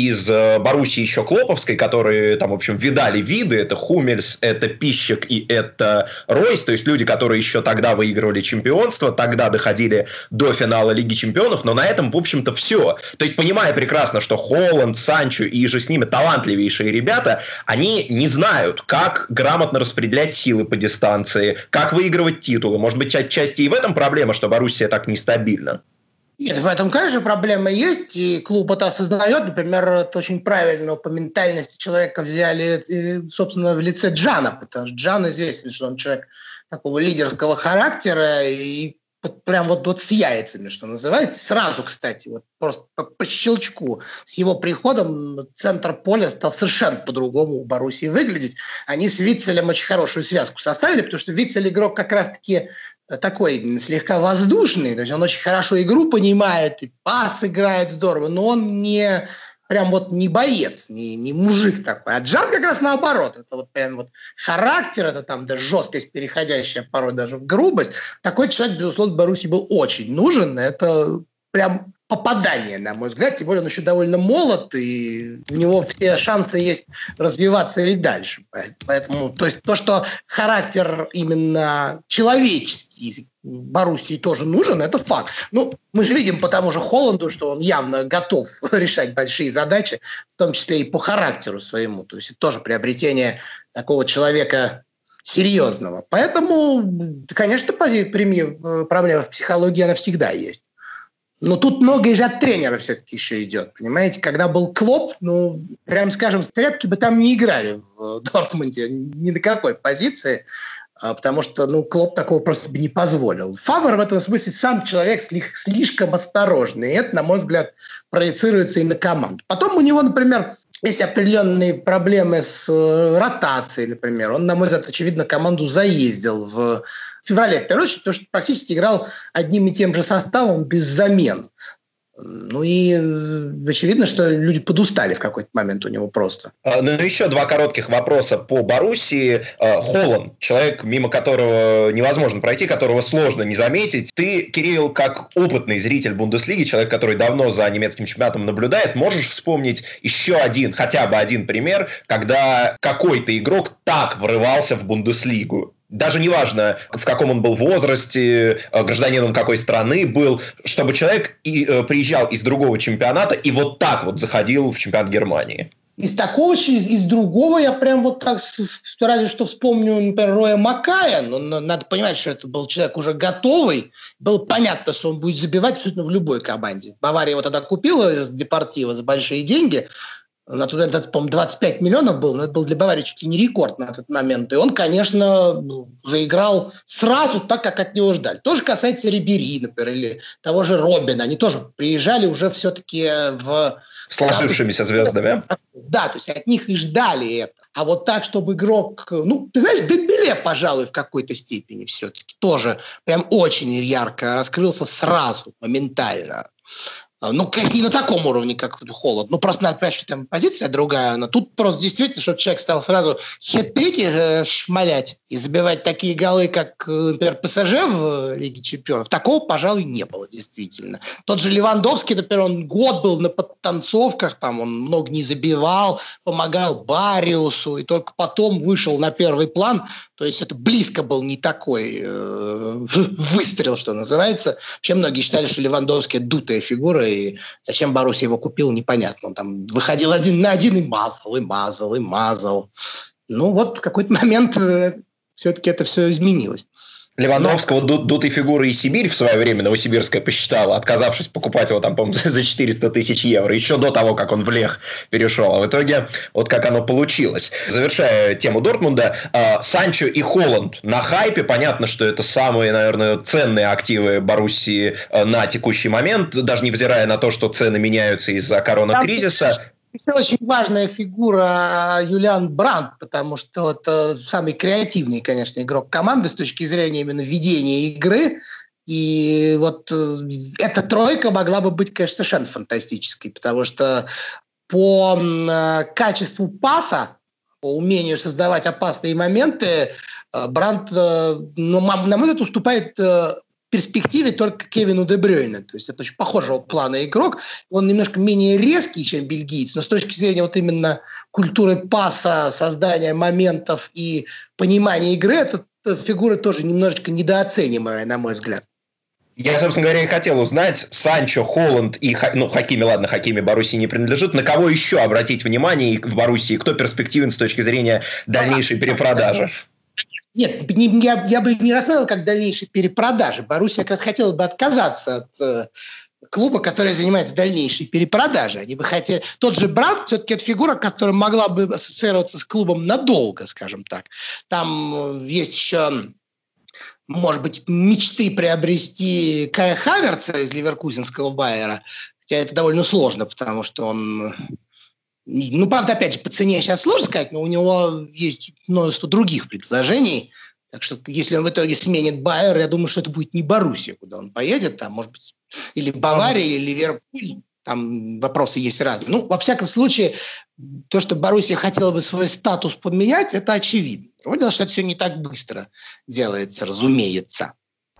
из э, Боруссии еще Клоповской, которые там, в общем, видали виды. Это Хумельс, это Пищик и это Ройс. То есть люди, которые еще тогда выигрывали чемпионство, тогда доходили до финала Лиги Чемпионов. Но на этом, в общем-то, все. То есть, понимая прекрасно, что Холланд, Санчо и же с ними талантливейшие ребята, они не знают, как грамотно распределять силы по дистанции, как выигрывать титулы. Может быть, отчасти и в этом проблема, что Боруссия так нестабильна? Нет, в этом, конечно, проблема есть, и клуб это осознает. Например, это очень правильно по ментальности человека взяли, собственно, в лице Джана, потому что Джан известен, что он человек такого лидерского характера, и вот прям вот, вот с яйцами, что называется. Сразу, кстати, вот просто по, по щелчку с его приходом центр поля стал совершенно по-другому у Боруссии выглядеть. Они с Витцелем очень хорошую связку составили, потому что Витцель игрок как раз-таки такой слегка воздушный, то есть он очень хорошо игру понимает, и пас играет здорово, но он не прям вот не боец, не, не мужик такой. А Джан как раз наоборот. Это вот прям вот характер, это там даже жесткость, переходящая порой даже в грубость. Такой человек, безусловно, Боруссии был очень нужен. Это прям попадание, на мой взгляд. Тем более он еще довольно молод, и у него все шансы есть развиваться и дальше. Поэтому, то есть то, что характер именно человеческий Боруссии тоже нужен, это факт. Ну, мы же видим по тому же Холланду, что он явно готов решать большие задачи, в том числе и по характеру своему. То есть это тоже приобретение такого человека серьезного. Поэтому, конечно, проблема в психологии, она всегда есть. Но тут многое же от тренера все-таки еще идет, понимаете? Когда был Клоп, ну, прям скажем, стряпки бы там не играли в Дортмунде ни на какой позиции, потому что, ну, Клоп такого просто бы не позволил. Фавр в этом смысле сам человек слишком осторожный, и это, на мой взгляд, проецируется и на команду. Потом у него, например, есть определенные проблемы с ротацией, например. Он, на мой взгляд, очевидно, команду заездил в феврале, в первую очередь, потому что практически играл одним и тем же составом без замен. Ну и очевидно, что люди подустали в какой-то момент у него просто. Ну еще два коротких вопроса по Боруссии. Холланд, человек, мимо которого невозможно пройти, которого сложно не заметить. Ты, Кирилл, как опытный зритель Бундеслиги, человек, который давно за немецким чемпионатом наблюдает, можешь вспомнить еще один, хотя бы один пример, когда какой-то игрок так врывался в Бундеслигу? Даже неважно, в каком он был возрасте, гражданином какой страны был, чтобы человек и, э, приезжал из другого чемпионата и вот так вот заходил в чемпионат Германии. Из такого, из, из другого я прям вот так разве что вспомню, например, Роя Макая, но надо понимать, что это был человек уже готовый, было понятно, что он будет забивать абсолютно в любой команде. Бавария его тогда купила из Депортива за большие деньги. На тот момент, по-моему, двадцать пять миллионов был, но это был для Баварии чуть ли не рекорд на тот момент. И он, конечно, заиграл сразу так, как от него ждали. То же касается Рибери, например, или того же Робина. Они тоже приезжали уже все-таки в... Сложившимися звездами. Да, то есть от них и ждали это. А вот так, чтобы игрок... Ну, ты знаешь, Дембеле, пожалуй, в какой-то степени все-таки тоже прям очень ярко раскрылся сразу, моментально. Ну, не на таком уровне, как Холланд. Ну, просто надо понять, что там позиция другая. Но тут просто действительно, чтобы человек стал сразу хет-трики шмалять и забивать такие голы, как, например, ПСЖ в Лиге Чемпионов, такого, пожалуй, не было действительно. Тот же Левандовский, например, он год был на подтанцовках, там он много не забивал, помогал Бариусу, и только потом вышел на первый план. То есть это близко был не такой э, выстрел, что называется. Вообще многие считали, что Левандовский – дутая фигура, и зачем Боруссия его купил, непонятно. Он там выходил один на один и мазал, и мазал, и мазал. Ну вот в какой-то момент э, все-таки это все изменилось. Левандовского ду- дутой фигуры и Сибирь в свое время Новосибирская посчитала, отказавшись покупать его там, по-моему, за четыреста тысяч евро, еще до того, как он в Лех перешел. А в итоге вот как оно получилось. Завершая тему Дортмунда, э, Санчо и Холланд на хайпе. Понятно, что это самые, наверное, ценные активы Боруссии э, на текущий момент, даже невзирая на то, что цены меняются из-за коронакризиса. Это очень важная фигура Юлиан Брандт, потому что это самый креативный, конечно, игрок команды с точки зрения именно ведения игры. И вот эта тройка могла бы быть, конечно, совершенно фантастической, потому что по качеству паса, по умению создавать опасные моменты, Брандт, ну, на мой взгляд, уступает перспективе только Кевину Де Брюйне. То есть это очень похожего плана игрок. Он немножко менее резкий, чем бельгиец, но с точки зрения вот именно культуры паса, создания моментов и понимания игры, эта фигура тоже немножечко недооцениваемая, на мой взгляд. Я, собственно говоря, и хотел узнать, Санчо, Холланд и, ну, Хакими, ладно, Хакими Боруссии не принадлежит, на кого еще обратить внимание в Боруссии, кто перспективен с точки зрения дальнейшей перепродажи? Нет, не, я, я бы не рассматривал как дальнейшей перепродажи. Боруссия как раз хотела бы отказаться от э, клуба, который занимается дальнейшей перепродажей. Они бы хотели... Тот же Бранд все-таки это фигура, которая могла бы ассоциироваться с клубом надолго, скажем так. Там есть еще, может быть, мечты приобрести Кая Хаверца из ливеркузенского Байера. Хотя это довольно сложно, потому что он... Ну, правда, опять же, по цене сейчас сложно сказать, но у него есть множество других предложений. Так что, если он в итоге сменит Байер, я думаю, что это будет не Боруссия, куда он поедет, там, может быть, или Бавария, или Ливерпуль. Там вопросы есть разные. Ну, во всяком случае, то, что Боруссия хотела бы свой статус поменять, это очевидно. Другое дело, что это все не так быстро делается, разумеется.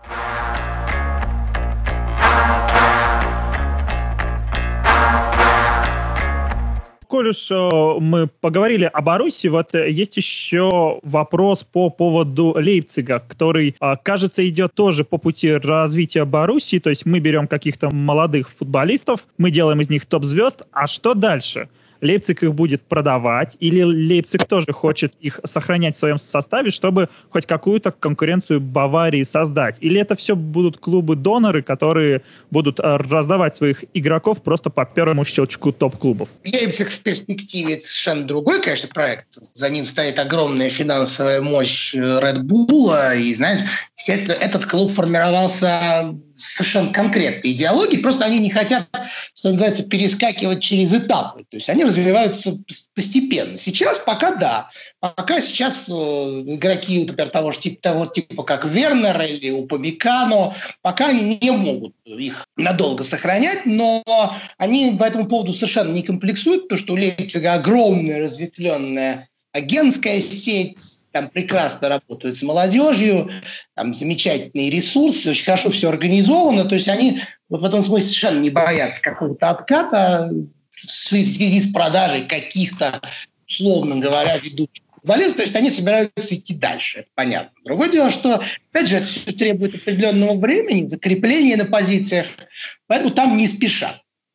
Коль уж мы поговорили о Боруссии, вот есть еще вопрос по поводу Лейпцига, который, кажется, идет тоже по пути развития Боруссии, то есть мы берем каких-то молодых футболистов, мы делаем из них топ-звезд, а что дальше? Лейпциг их будет продавать, или Лейпциг тоже хочет их сохранять в своем составе, чтобы хоть какую-то конкуренцию Баварии создать? Или это все будут клубы-доноры, которые будут раздавать своих игроков просто по первому щелчку топ-клубов? Лейпциг в перспективе совершенно другой, конечно, проект. За ним стоит огромная финансовая мощь Red Bull, и, знаешь, естественно, этот клуб формировался совершенно конкретной идеологии, просто они не хотят, что называется, перескакивать через этапы. То есть они развиваются постепенно. Сейчас пока да. Пока сейчас э, игроки, например, того же типа, того типа, как Вернер или Упамекано, пока они не могут их надолго сохранять, но они по этому поводу совершенно не комплексуют, потому что у Лейпцига огромная разветвленная агентская сеть, там прекрасно работают с молодежью, там замечательные ресурсы, очень хорошо все организовано. То есть они в этом смысле совершенно не боятся какого-то отката в связи с продажей каких-то, условно говоря, ведущих футболистов. То есть они собираются идти дальше, это понятно. Другое дело, что, опять же, это все требует определенного времени, закрепления на позициях, поэтому там не спешат.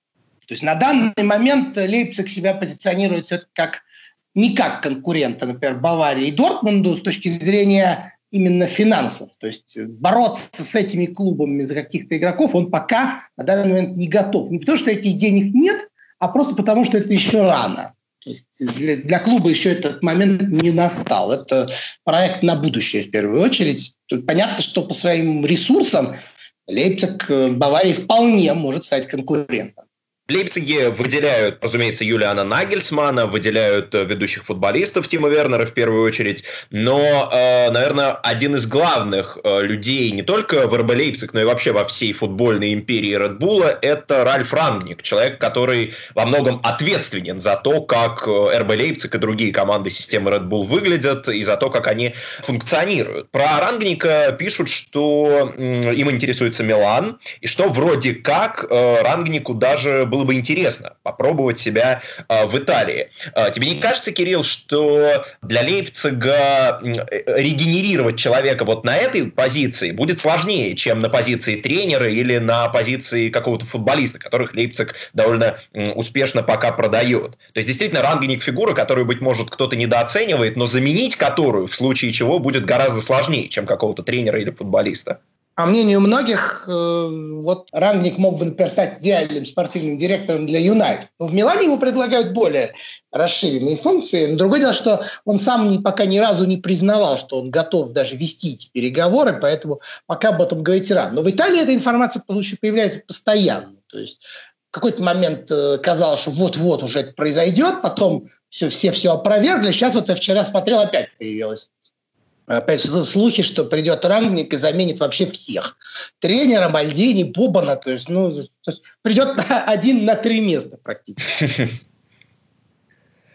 То есть на данный момент Лейпциг себя позиционирует все-таки как не как конкурента, например, Баварии и Дортмунду с точки зрения именно финансов. То есть бороться с этими клубами за каких-то игроков он пока на данный момент не готов. Не потому, что этих денег нет, а просто потому, что это еще рано. То есть для, для клуба еще этот момент не настал. Это проект на будущее в первую очередь. Тут понятно, что по своим ресурсам Лейпциг Баварии вполне может стать конкурентом. В Лейпциге выделяют, разумеется, Юлиана Нагельсмана, выделяют ведущих футболистов Тима Вернера в первую очередь, но, э, наверное, один из главных э, людей не только в эр бэ Лейпциг, но и вообще во всей футбольной империи Red Bull — это Ральф Рангник, человек, который во многом ответственен за то, как эр бэ Лейпциг и другие команды системы Red Bull выглядят и за то, как они функционируют. Про Рангника пишут, что э, им интересуется Милан, и что вроде как э, Рангнику даже было бы интересно попробовать себя э, в Италии. Э, тебе не кажется, Кирилл, что для Лейпцига регенерировать человека вот на этой позиции будет сложнее, чем на позиции тренера или на позиции какого-то футболиста, которых Лейпциг довольно э, успешно пока продает? То есть, действительно, Рангник фигура, которую, быть может, кто-то недооценивает, но заменить которую в случае чего будет гораздо сложнее, чем какого-то тренера или футболиста. По мнению многих, э, вот Рангник мог бы, например, стать идеальным спортивным директором для Юнайтед. Но в Милане ему предлагают более расширенные функции. Но другое дело, что он сам ни, пока ни разу не признавал, что он готов даже вести эти переговоры, поэтому пока об этом говорить рано. Но в Италии эта информация появляется постоянно. То есть в какой-то момент э, казалось, что вот-вот уже это произойдет, потом все, все все опровергли. Сейчас вот я вчера смотрел, опять появилось. Опять слухи, что придет Рангник и заменит вообще всех. Тренера, Мальдини, Бобана. То есть, ну, то есть придет один на три места практически.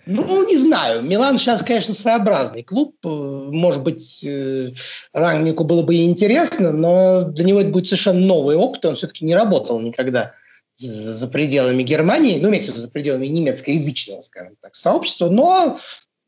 Ну, не знаю. Милан сейчас, конечно, своеобразный клуб. Может быть, Рангнику было бы и интересно, но для него это будет совершенно новый опыт. Он все-таки не работал никогда за пределами Германии, ну, имеется в виду за пределами немецкоязычного, скажем так, сообщества. Но,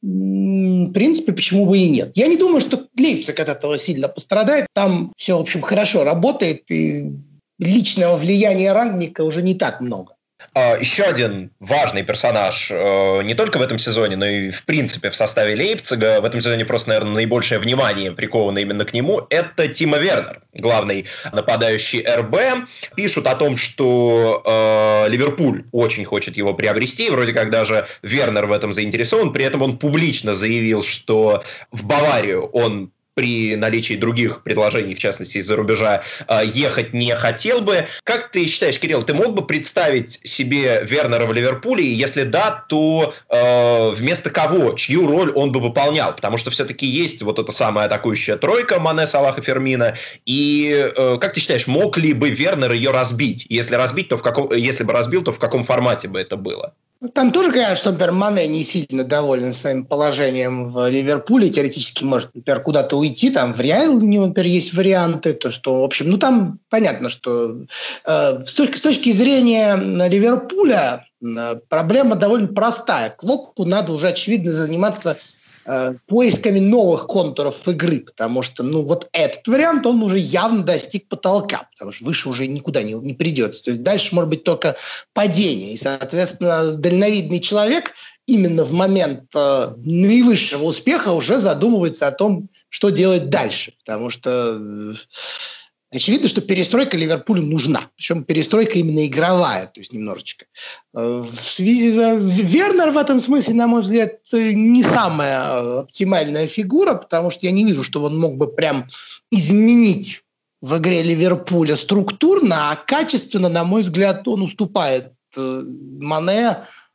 в принципе, почему бы и нет. Я не думаю, что Лейпциг от этого сильно пострадает. Там все, в общем, хорошо работает, и личного влияния Рангника уже не так много. Еще один важный персонаж не только в этом сезоне, но и в принципе в составе Лейпцига. В этом сезоне просто, наверное, наибольшее внимание приковано именно к нему. Это Тимо Вернер, главный нападающий эр бэ. Пишут о том, что э, Ливерпуль очень хочет его приобрести. Вроде как даже Вернер в этом заинтересован. При этом он публично заявил, что в Баварию он при наличии других предложений, в частности, из-за рубежа, ехать не хотел бы. Как ты считаешь, Кирилл, ты мог бы представить себе Вернера в Ливерпуле? И если да, то э, вместо кого, чью роль он бы выполнял? Потому что все-таки есть вот эта самая атакующая тройка Мане, Салах и Фермино. И э, как ты считаешь, мог ли бы Вернер ее разбить? Если разбить, то в каком, если бы разбил, то в каком формате бы это было? Там тоже, конечно, например, Мане не сильно доволен своим положением в Ливерпуле. Теоретически может, например, куда-то уйти. Там в Реал у него, например, есть варианты. То, что, в общем, ну там понятно, что э, с, точки, с точки зрения Ливерпуля э, проблема довольно простая. Клоппу надо уже, очевидно, заниматься э, поисками новых контуров игры. Потому что, ну, вот этот вариант, он уже явно достиг потолка. Потому что выше уже никуда не, не придется. То есть дальше может быть только падение. И, соответственно, дальновидный человек именно в момент э, наивысшего успеха уже задумывается о том, что делать дальше. Потому что э, очевидно, что перестройка Ливерпулю нужна. Причем перестройка именно игровая, то есть немножечко. Э, в связи, Вернер в этом смысле, на мой взгляд, не самая оптимальная фигура, потому что я не вижу, что он мог бы прям изменить в игре Ливерпуля структурно, а качественно, на мой взгляд, он уступает э, Мане,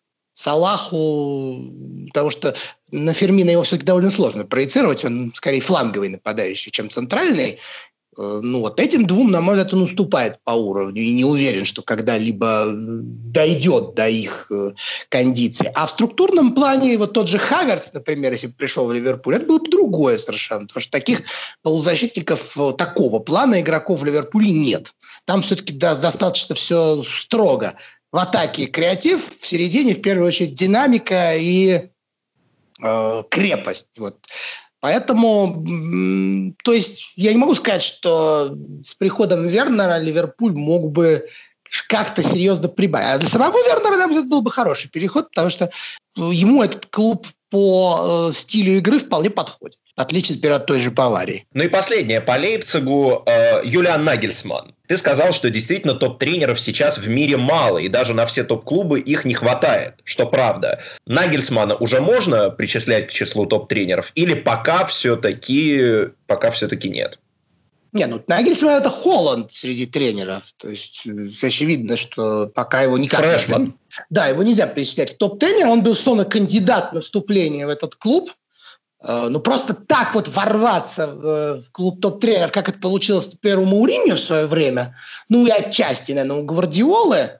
Салаху, потому что на Фермино его все-таки довольно сложно проецировать, он скорее фланговый нападающий, чем центральный. Ну вот этим двум, на мой взгляд, он уступает по уровню и не уверен, что когда-либо дойдет до их кондиции. А в структурном плане вот тот же Хавертс, например, если бы пришел в Ливерпуль, это было бы другое совершенно, потому что таких полузащитников такого плана игроков в Ливерпуле нет. Там все-таки достаточно все строго. В атаке креатив, в середине, в первую очередь, динамика и э, крепость. Вот. Поэтому, то есть, я не могу сказать, что с приходом Вернера Ливерпуль мог бы как-то серьезно прибавить. А для самого Вернера, на мой взгляд, был бы хороший переход, потому что ему этот клуб по э, стилю игры вполне подходит. В отличие, например, от той же Баварии. Ну и последнее по Лейпцигу. Э, Юлиан Нагельсманн. Ты сказал, что действительно топ-тренеров сейчас в мире мало, и даже на все топ-клубы их не хватает, что правда. Нагельсманна уже можно причислять к числу топ-тренеров, или пока все-таки, пока все-таки нет? Не, ну Нагельсманн – это Холланд среди тренеров. То есть очевидно, что пока его никак... Фрешман. Да, его нельзя причислять к топ-тренеру. Он, безусловно, кандидат на вступление в этот клуб. Ну, просто так вот ворваться в клуб топ-тренеров, как это получилось теперь у Мауриньо в свое время, ну и отчасти, наверное, у Гвардиолы,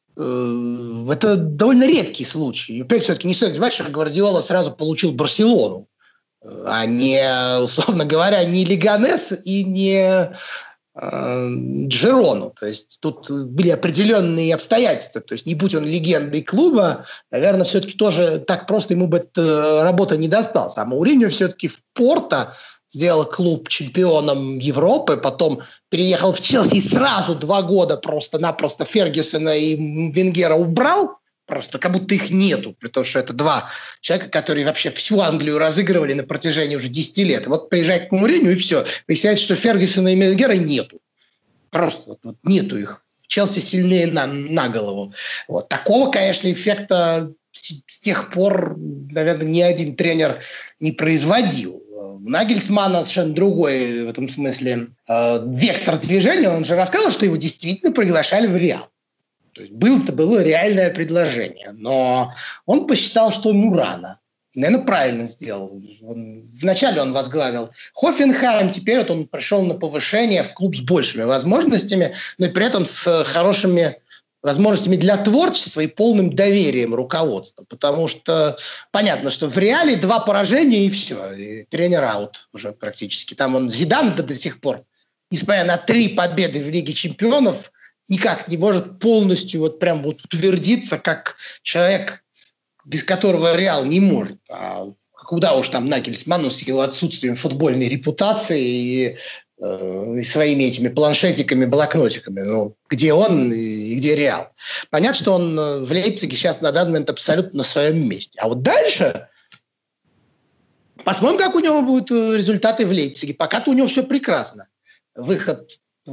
это довольно редкий случай. И опять все-таки не стоит забывать, что Гвардиола сразу получил Барселону, а не, условно говоря, не Леганес и не э, Джирону. То есть тут были определенные обстоятельства. То есть не будь он легендой клуба, наверное, все-таки тоже так просто ему бы эта работа не досталась. А Мауриньо все-таки в Порто сделал клуб чемпионом Европы, потом переехал в Челси и сразу два года просто-напросто Фергюсона и Венгера убрал. Просто как будто их нету, при том, что это два человека, которые вообще всю Англию разыгрывали на протяжении уже десяти лет. И вот приезжает к Мауриньо, и все. Выясняется, что Фергюсона и Венгера нету. Просто вот, вот нету их. Челси сильнее на, на голову. Вот. Такого, конечно, эффекта с, с тех пор, наверное, ни один тренер не производил. У Нагельсмана совершенно другой в этом смысле э, вектор движения. Он же рассказывал, что его действительно приглашали в Реал. То есть было, это было реальное предложение. Но он посчитал, что ему рано. Наверное, правильно сделал. Он, вначале он возглавил Хофенхайм, теперь вот он пришел на повышение в клуб с большими возможностями, но и при этом с хорошими возможностями для творчества и полным доверием руководства. Потому что понятно, что в Реале два поражения и все. И тренер аут уже практически. Там он Зидан до, до сих пор, несмотря на три победы в Лиге чемпионов, никак не может полностью вот прям вот утвердиться как человек, без которого Реал не может. А куда уж там Нагельсману с его отсутствием футбольной репутации и, э, и своими этими планшетиками, блокнотиками. Ну, где он и где Реал. Понятно, что он в Лейпциге сейчас на данный момент абсолютно на своем месте. А вот дальше посмотрим, как у него будут результаты в Лейпциге. Пока-то у него все прекрасно. Выход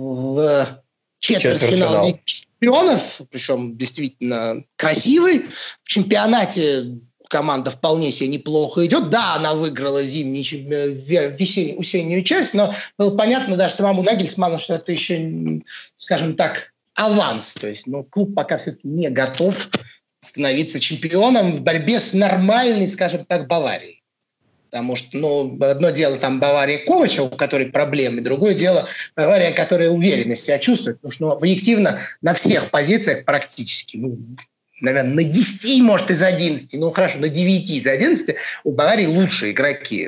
в четвертьфинал Лиги чемпионов, причем действительно красивый. В чемпионате команда вполне себе неплохо идет. Да, она выиграла зимнюю, весеннюю, осеннюю часть, но было понятно даже самому Нагельсману, что это еще, скажем так, аванс. То есть ну, клуб пока все-таки не готов становиться чемпионом в борьбе с нормальной, скажем так, Баварией. Потому что, ну, одно дело там Бавария Ковача, у которой проблемы, другое дело Бавария, которая уверенно себя чувствует. Потому что ну, объективно на всех позициях практически, ну, наверное, на десяти, может, из одиннадцати, ну, хорошо, на девяти из одиннадцати у Баварии лучшие игроки.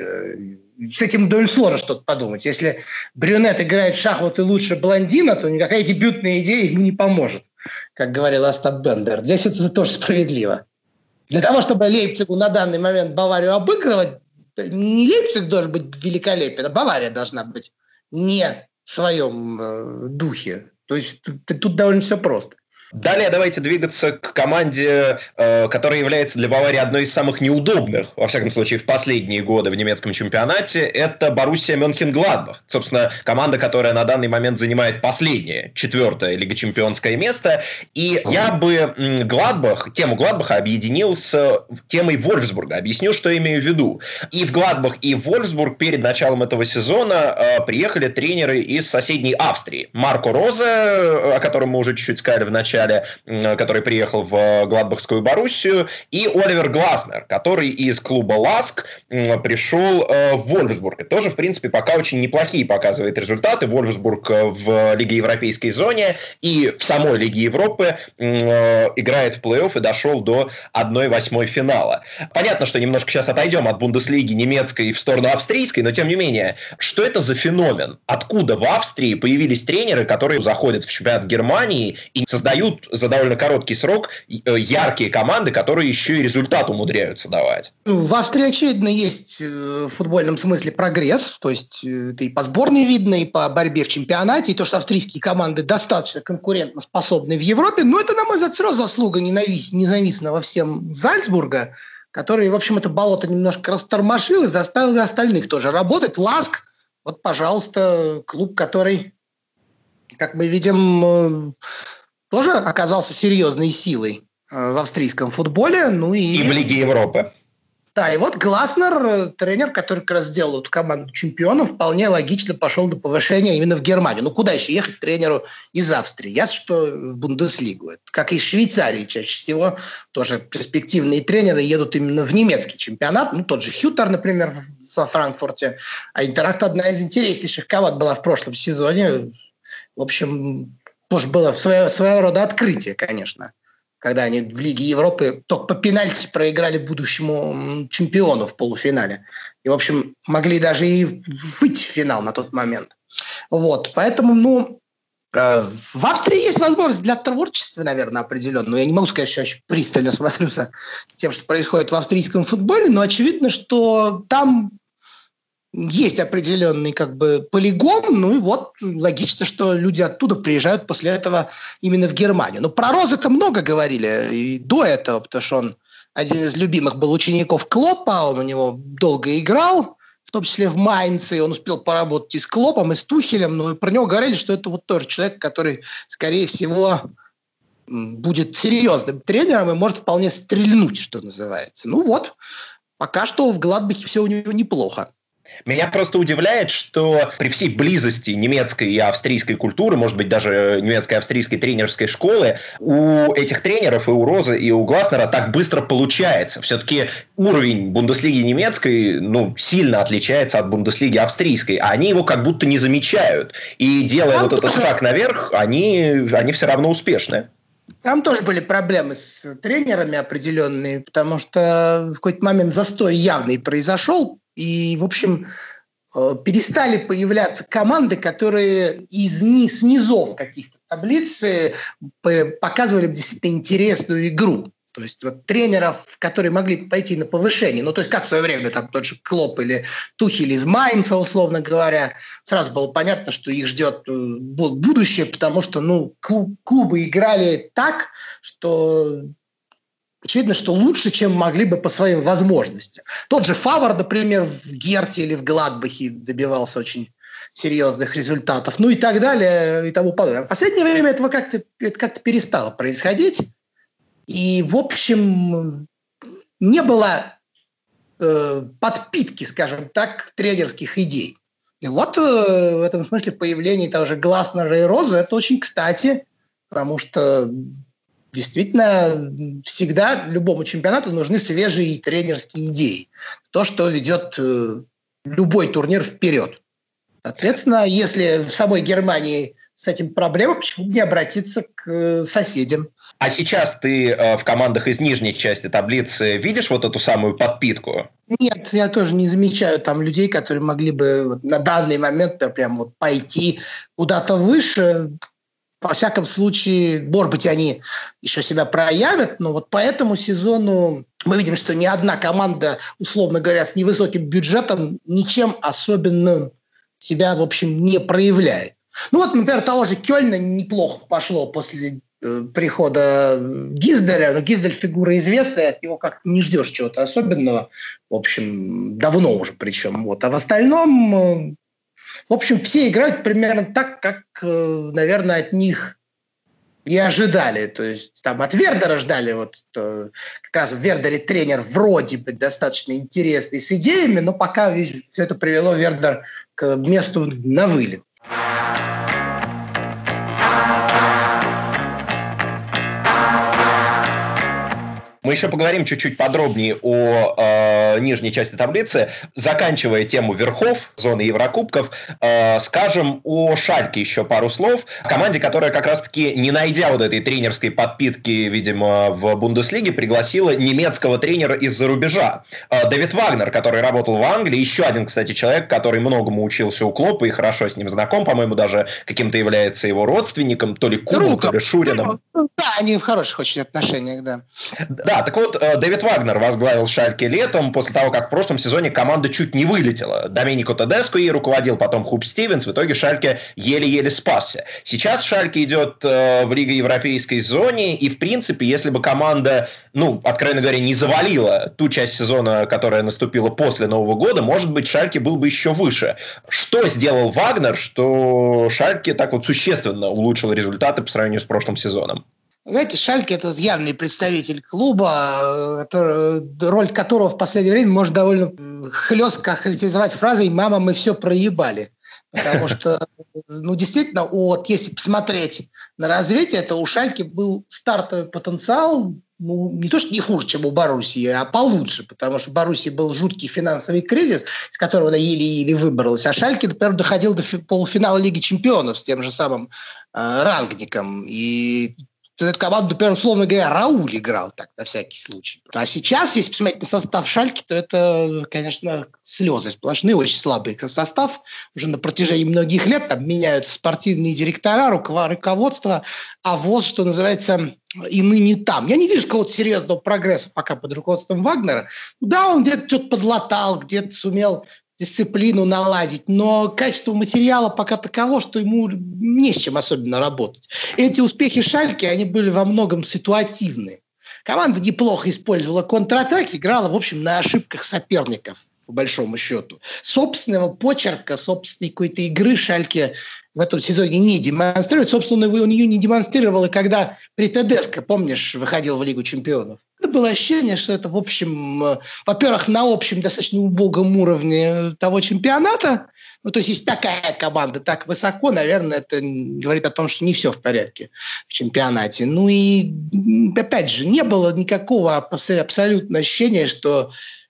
С этим довольно сложно что-то подумать. Если брюнет играет в шахматы лучше блондина, то никакая дебютная идея ему не поможет, как говорил Остап Бендер. Здесь это тоже справедливо. Для того, чтобы Лейпцигу на данный момент Баварию обыгрывать, не Лейпциг должен быть великолепен, а Бавария должна быть не в своем э, духе. То есть тут, тут довольно все просто. Далее давайте двигаться к команде, э, которая является для Баварии одной из самых неудобных, во всяком случае, в последние годы в немецком чемпионате. Это Боруссия Мönchengladbach. Собственно, команда, которая на данный момент занимает последнее, четвертое лигочемпионское место. И я бы Гладбах, тему Гладбаха объединил с темой Вольфсбурга. Объясню, что имею в виду. И в Гладбах, и в Вольфсбург перед началом этого сезона э, приехали тренеры из соседней Австрии. Марко Розе, о котором мы уже чуть-чуть сказали в начале, который приехал в Гладбахскую Боруссию, и Оливер Гласнер, который из клуба Ласк пришел в Вольфсбург. И тоже, в принципе, пока очень неплохие показывает результаты. Вольфсбург в Лиге Европейской зоне и в самой Лиге Европы играет в плей-офф и дошел до одной восьмой финала. Понятно, что немножко сейчас отойдем от Бундеслиги немецкой в сторону австрийской, но тем не менее, что это за феномен? Откуда в Австрии появились тренеры, которые заходят в чемпионат Германии и создают за довольно короткий срок яркие команды, которые еще и результат умудряются давать? В Австрии, очевидно, есть в футбольном смысле прогресс. То есть это и по сборной видно, и по борьбе в чемпионате, и то, что австрийские команды достаточно конкурентоспособны в Европе. Но это, на мой взгляд, все равно заслуга ненавистного всем Зальцбурга, который, в общем, это болото немножко растормошил и заставил остальных тоже работать. Ласк, вот, пожалуйста, клуб, который, как мы видим, тоже оказался серьезной силой в австрийском футболе. Ну и... и в Лиге Европы. Да, и вот Гласнер, тренер, который как раз сделал эту команду чемпионов, вполне логично пошел до повышения именно в Германию. Ну, куда еще ехать тренеру из Австрии? Ясно, что в Бундеслигу. Это, как и из Швейцарии чаще всего, тоже перспективные тренеры едут именно в немецкий чемпионат. Ну, тот же Хютер, например, во Франкфурте. А Интерахт одна из интереснейших команд была в прошлом сезоне. В общем... Тоже было своего, своего рода открытие, конечно, когда они в Лиге Европы только по пенальти проиграли будущему чемпиону в полуфинале. И, в общем, могли даже и выйти в финал на тот момент. Вот, поэтому, ну, э, в Австрии есть возможность для творчества, наверное, определенного. Я не могу сказать, что я очень пристально смотрю за тем, что происходит в австрийском футболе, но очевидно, что там... есть определенный как бы полигон, ну и вот логично, что люди оттуда приезжают после этого именно в Германию. Но про Роза-то много говорили и до этого, потому что он один из любимых был учеников Клоппа, он у него долго играл, в том числе в Майнце, он успел поработать и с Клопом, и с Тухелем, но и про него говорили, что это вот тоже человек, который, скорее всего, будет серьезным тренером и может вполне стрельнуть, что называется. Ну вот, пока что в Гладбахе все у него неплохо. Меня просто удивляет, что при всей близости немецкой и австрийской культуры, может быть, даже немецкой и австрийской тренерской школы, у этих тренеров и у Розы, и у Гласнера так быстро получается. Все-таки уровень Бундеслиги немецкой, ну, сильно отличается от Бундеслиги австрийской, а они его как будто не замечают. И делая а вот этот шаг наверх, они, они все равно успешны. Там тоже были проблемы с тренерами определенные, потому что в какой-то момент застой явный произошел, и, в общем, перестали появляться команды, которые из низ, низов каких-то таблиц показывали действительно интересную игру. То есть вот тренеров, которые могли пойти на повышение, ну то есть как в свое время там тот же Клоп или Тухель из Майнца, условно говоря, сразу было понятно, что их ждет будущее, потому что ну, клуб, клубы играли так, что очевидно, что лучше, чем могли бы по своим возможностям. Тот же Фавор, например, в Герте или в Гладбахе добивался очень серьезных результатов, ну и так далее, и тому подобное. В последнее время этого как-то, это как-то перестало происходить. И, в общем, не было э, подпитки, скажем так, тренерских идей. И вот э, в этом смысле появление того же Гласнера и Розы – это очень кстати, потому что действительно всегда любому чемпионату нужны свежие тренерские идеи. То, что ведет э, любой турнир вперед. Соответственно, если в самой Германии с этим проблема, почему бы не обратиться к соседям? А сейчас ты э, в командах из нижней части таблицы видишь вот эту самую подпитку? Нет, я тоже не замечаю там людей, которые могли бы вот на данный момент прям вот пойти куда-то выше. Во всяком случае, может быть, они еще себя проявят, но вот по этому сезону мы видим, что ни одна команда, условно говоря, с невысоким бюджетом ничем особенным себя, в общем, не проявляет. Ну вот, например, того же Кёльна неплохо пошло после э, прихода Гизделя. Но Гиздель фигура известная, от него как-то не ждешь чего-то особенного. В общем, давно уже причем. Вот. А в остальном, э, в общем, все играют примерно так, как, э, наверное, от них и ожидали. То есть там от Вердера ждали. Вот, э, как раз в Вердере тренер вроде бы достаточно интересный с идеями, но пока видишь, все это привело Вердер к месту на вылет. Мы еще поговорим чуть-чуть подробнее о э, нижней части таблицы. Заканчивая тему верхов, зоны Еврокубков, э, скажем о Шальке еще пару слов. Команде, которая как раз-таки, не найдя вот этой тренерской подпитки, видимо, в Бундеслиге, пригласила немецкого тренера из-за рубежа. Э, Дэвид Вагнер, который работал в Англии. Еще один, кстати, человек, который многому учился у Клопа и хорошо с ним знаком. По-моему, даже каким-то является его родственником. То ли кумом, то ли шурином. Да, они в хороших очень отношениях, да. Да, так вот, Дэвид Вагнер возглавил Шальке летом, после того, как в прошлом сезоне команда чуть не вылетела. Доменико Тедеско ей руководил, потом Хуб Стивенс, в итоге Шальке еле-еле спасся. Сейчас Шальке идет э, в Лиге Европейской зоне, и, в принципе, если бы команда, ну, откровенно говоря, не завалила ту часть сезона, которая наступила после Нового года, может быть, Шальке был бы еще выше. Что сделал Вагнер, что Шальке так вот существенно улучшил результаты по сравнению с прошлым сезоном? Знаете, Шальке – это явный представитель клуба, который, роль которого в последнее время можно довольно хлестко охарактеризовать фразой «мама, мы все проебали». Потому что, ну, действительно, вот если посмотреть на развитие, то у Шальки был стартовый потенциал, ну, не то, что не хуже, чем у Боруссии, а получше, потому что у Боруссии был жуткий финансовый кризис, из которого она еле-еле выбралась, а Шальке, например, доходил до полуфинала Лиги чемпионов с тем же самым э, Рангником, и эту команду, например, условно говоря, Рауль играл так, на всякий случай. А сейчас, если посмотреть на состав Шальки, то это, конечно, слезы сплошные, очень слабый состав. Уже на протяжении многих лет там меняются спортивные директора, руководство, а ВОЗ, что называется, и ныне там. Я не вижу какого-то серьезного прогресса пока под руководством Вагнера. Да, он где-то что-то подлатал, где-то сумел дисциплину наладить, но качество материала пока таково, что ему не с чем особенно работать. Эти успехи Шальки, они были во многом ситуативны. Команда неплохо использовала контратаки, играла, в общем, на ошибках соперников, по большому счету. Собственного почерка, собственной какой-то игры Шальке в этом сезоне не демонстрирует. Собственно, он ее не демонстрировал, и когда при Тедеско, помнишь, выходил в Лигу чемпионов. Это было ощущение, что это, в общем, во-первых, на общем достаточно убогом уровне того чемпионата. Ну, то есть, если такая команда так высоко, наверное, это говорит о том, что не все в порядке в чемпионате. Ну и, опять же, не было никакого абсолютно ощущения, что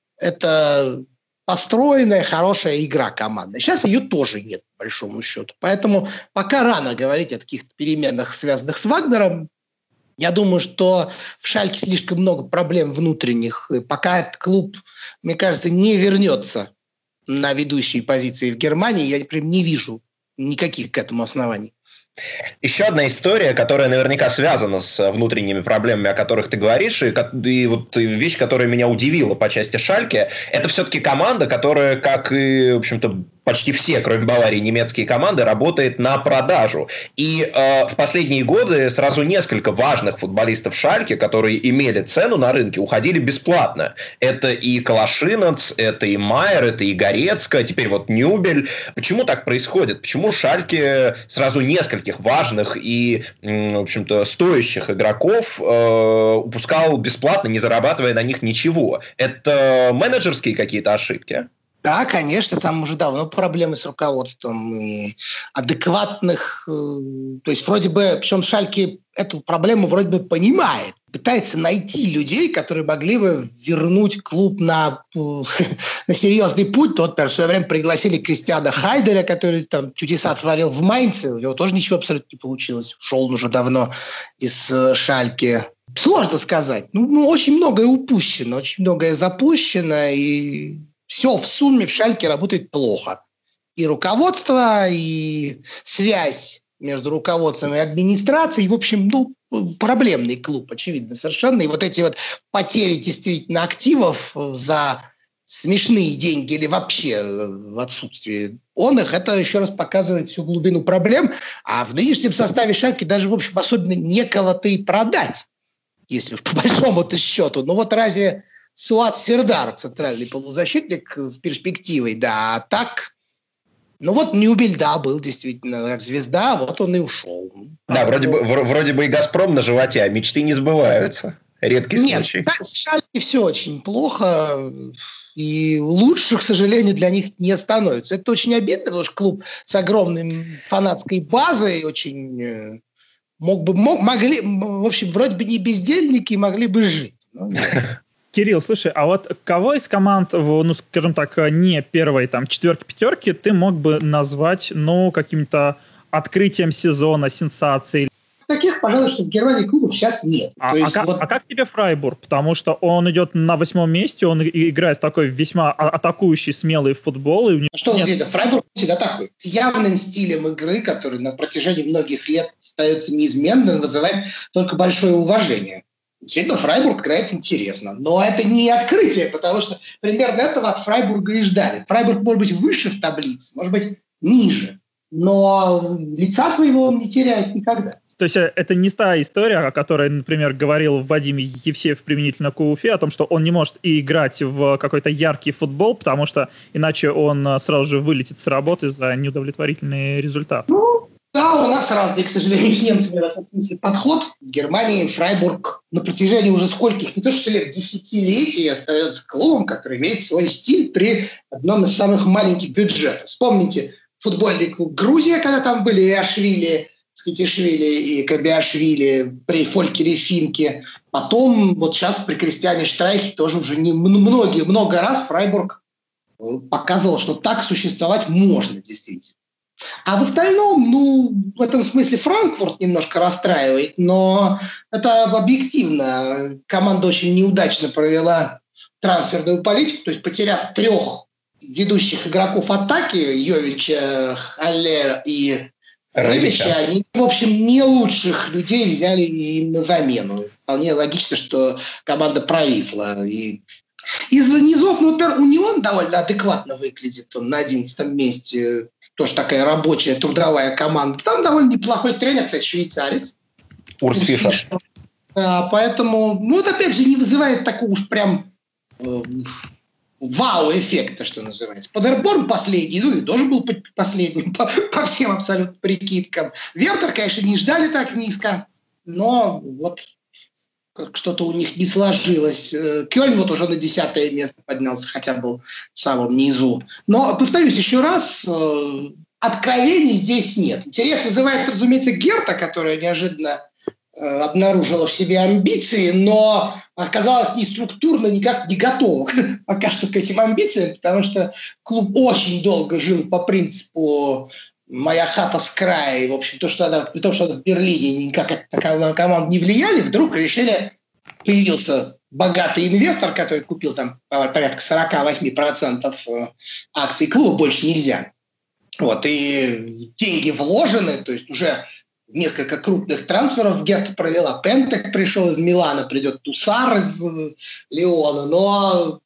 это построенная, хорошая игра команды. Сейчас ее тоже нет, по большому счету. Поэтому пока рано говорить о каких-то переменах, связанных с Вагнером. Я думаю, что в Шальке слишком много проблем внутренних. И пока этот клуб, мне кажется, не вернется на ведущие позиции в Германии, я прям не вижу никаких к этому оснований. Еще одна история, которая наверняка связана с внутренними проблемами, о которых ты говоришь, и, и вот вещь, которая меня удивила по части Шальке, это все-таки команда, которая, как и, в общем-то, почти все, кроме Баварии, немецкие команды, работает на продажу. И э, в последние годы сразу несколько важных футболистов Шальке, которые имели цену на рынке, уходили бесплатно. Это и Калашинец, это и Майер, это и Горецко, теперь вот Нюбель. Почему так происходит? Почему Шальке сразу нескольких важных и, в общем-то, стоящих игроков э, упускал бесплатно, не зарабатывая на них ничего? Это менеджерские какие-то ошибки? Да, конечно, там уже давно проблемы с руководством и адекватных... Э, то есть вроде бы, причем Шальке эту проблему вроде бы понимает, пытается найти людей, которые могли бы вернуть клуб на, на серьезный путь. Вот, например, в свое время пригласили Кристиана Хайделя, который там чудеса творил в Майнце, у него тоже ничего абсолютно не получилось. Ушел он уже давно из Шальке. Сложно сказать. Ну, ну, очень многое упущено, очень многое запущено, и... Все в сумме в Шальке работает плохо. И руководство, и связь между руководством и администрацией. В общем, ну, проблемный клуб, очевидно, совершенно. И вот эти вот потери действительно активов за смешные деньги или вообще в отсутствии он их, это еще раз показывает всю глубину проблем. А в нынешнем составе Шальки даже, в общем, особенно некого-то и продать, если уж по большому-то счету. Ну вот разве... Суат Сердар, центральный полузащитник с перспективой, да, а так, ну вот Нюбель, да, был действительно как звезда, вот он и ушел. Да, вроде бы, вроде бы и «Газпром» на животе, а мечты не сбываются. Редкий Нет, случай. Нет, с Шальке все очень плохо, и лучше, к сожалению, для них не становится. Это очень обидно, потому что клуб с огромной фанатской базой, очень мог бы, мог, могли, в общем, вроде бы не бездельники, могли бы жить. Но нет. Кирилл, слушай, а вот кого из команд, ну, скажем так, не первой там четверки-пятерки ты мог бы назвать, ну, каким-то открытием сезона, сенсацией? Таких, пожалуй, что в Германии клубов сейчас нет. А, То есть, а, как, вот... а как тебе Фрайбург? Потому что он идет на восьмом месте, он играет в такой весьма атакующий, смелый футбол. И у него что нет... вы говорите, Фрайбург всегда такой. С явным стилем игры, который на протяжении многих лет остается неизменным, вызывает только большое уважение. Действительно, Фрайбург играет интересно. Но это не открытие, потому что примерно этого от Фрайбурга и ждали. Фрайбург может быть выше в таблице, может быть ниже, но лица своего он не теряет никогда. То есть это не та история, о которой, например, говорил Вадим Евсеев применительно к Уфе, о том, что он не может и играть в какой-то яркий футбол, потому что иначе он сразу же вылетит с работы за неудовлетворительный результат. Ну, да, у нас разный, к сожалению, с немцами в этом смысле подход. В Германии Фрайбург на протяжении уже скольких, не то что лет, десятилетий остается клубом, который имеет свой стиль при одном из самых маленьких бюджетов. Вспомните футбольный клуб «Грузия», когда там были и Ашвили, Скитишвили и Кабиашвили, при Фолькере Финке. Потом, вот сейчас при Кристиане Штрайхе тоже уже не многие, много раз Фрайбург показывал, что так существовать можно действительно. А в остальном, ну, в этом смысле Франкфурт немножко расстраивает, но это объективно. Команда очень неудачно провела трансферную политику, то есть потеряв трех ведущих игроков атаки, Йовича, Халлер и Рыбича, они, в общем, не лучших людей взяли им на замену. Вполне логично, что команда провисла. И из-за низов, ну, например, Унион довольно адекватно выглядит, он на одиннадцатом месте, тоже такая рабочая, трудовая команда. Там довольно неплохой тренер, кстати, швейцарец. Урс Фишер. Да, поэтому, ну, это опять же не вызывает такого уж прям э, вау-эффекта, что называется. Падерборн последний, ну, и должен был быть последним по, по всем абсолютно прикидкам. Вертер, конечно, не ждали так низко, но вот что-то у них не сложилось. Кёльн вот уже на десятое место поднялся, хотя был в самом низу. Но, повторюсь еще раз, откровений здесь нет. Интерес вызывает, разумеется, Герта, которая неожиданно обнаружила в себе амбиции, но оказалась ни структурно никак не готова пока что к этим амбициям, потому что клуб очень долго жил по принципу моя хата с края, и, в общем, то, что она, при том, что она в Берлине никак на команду не влияли, вдруг решили, появился богатый инвестор, который купил там порядка сорок восемь процентов акций клуба, больше нельзя. Вот, и деньги вложены, то есть уже несколько крупных трансферов Герта провела. Пентек пришел из Милана, придет Тусар из Лиона, но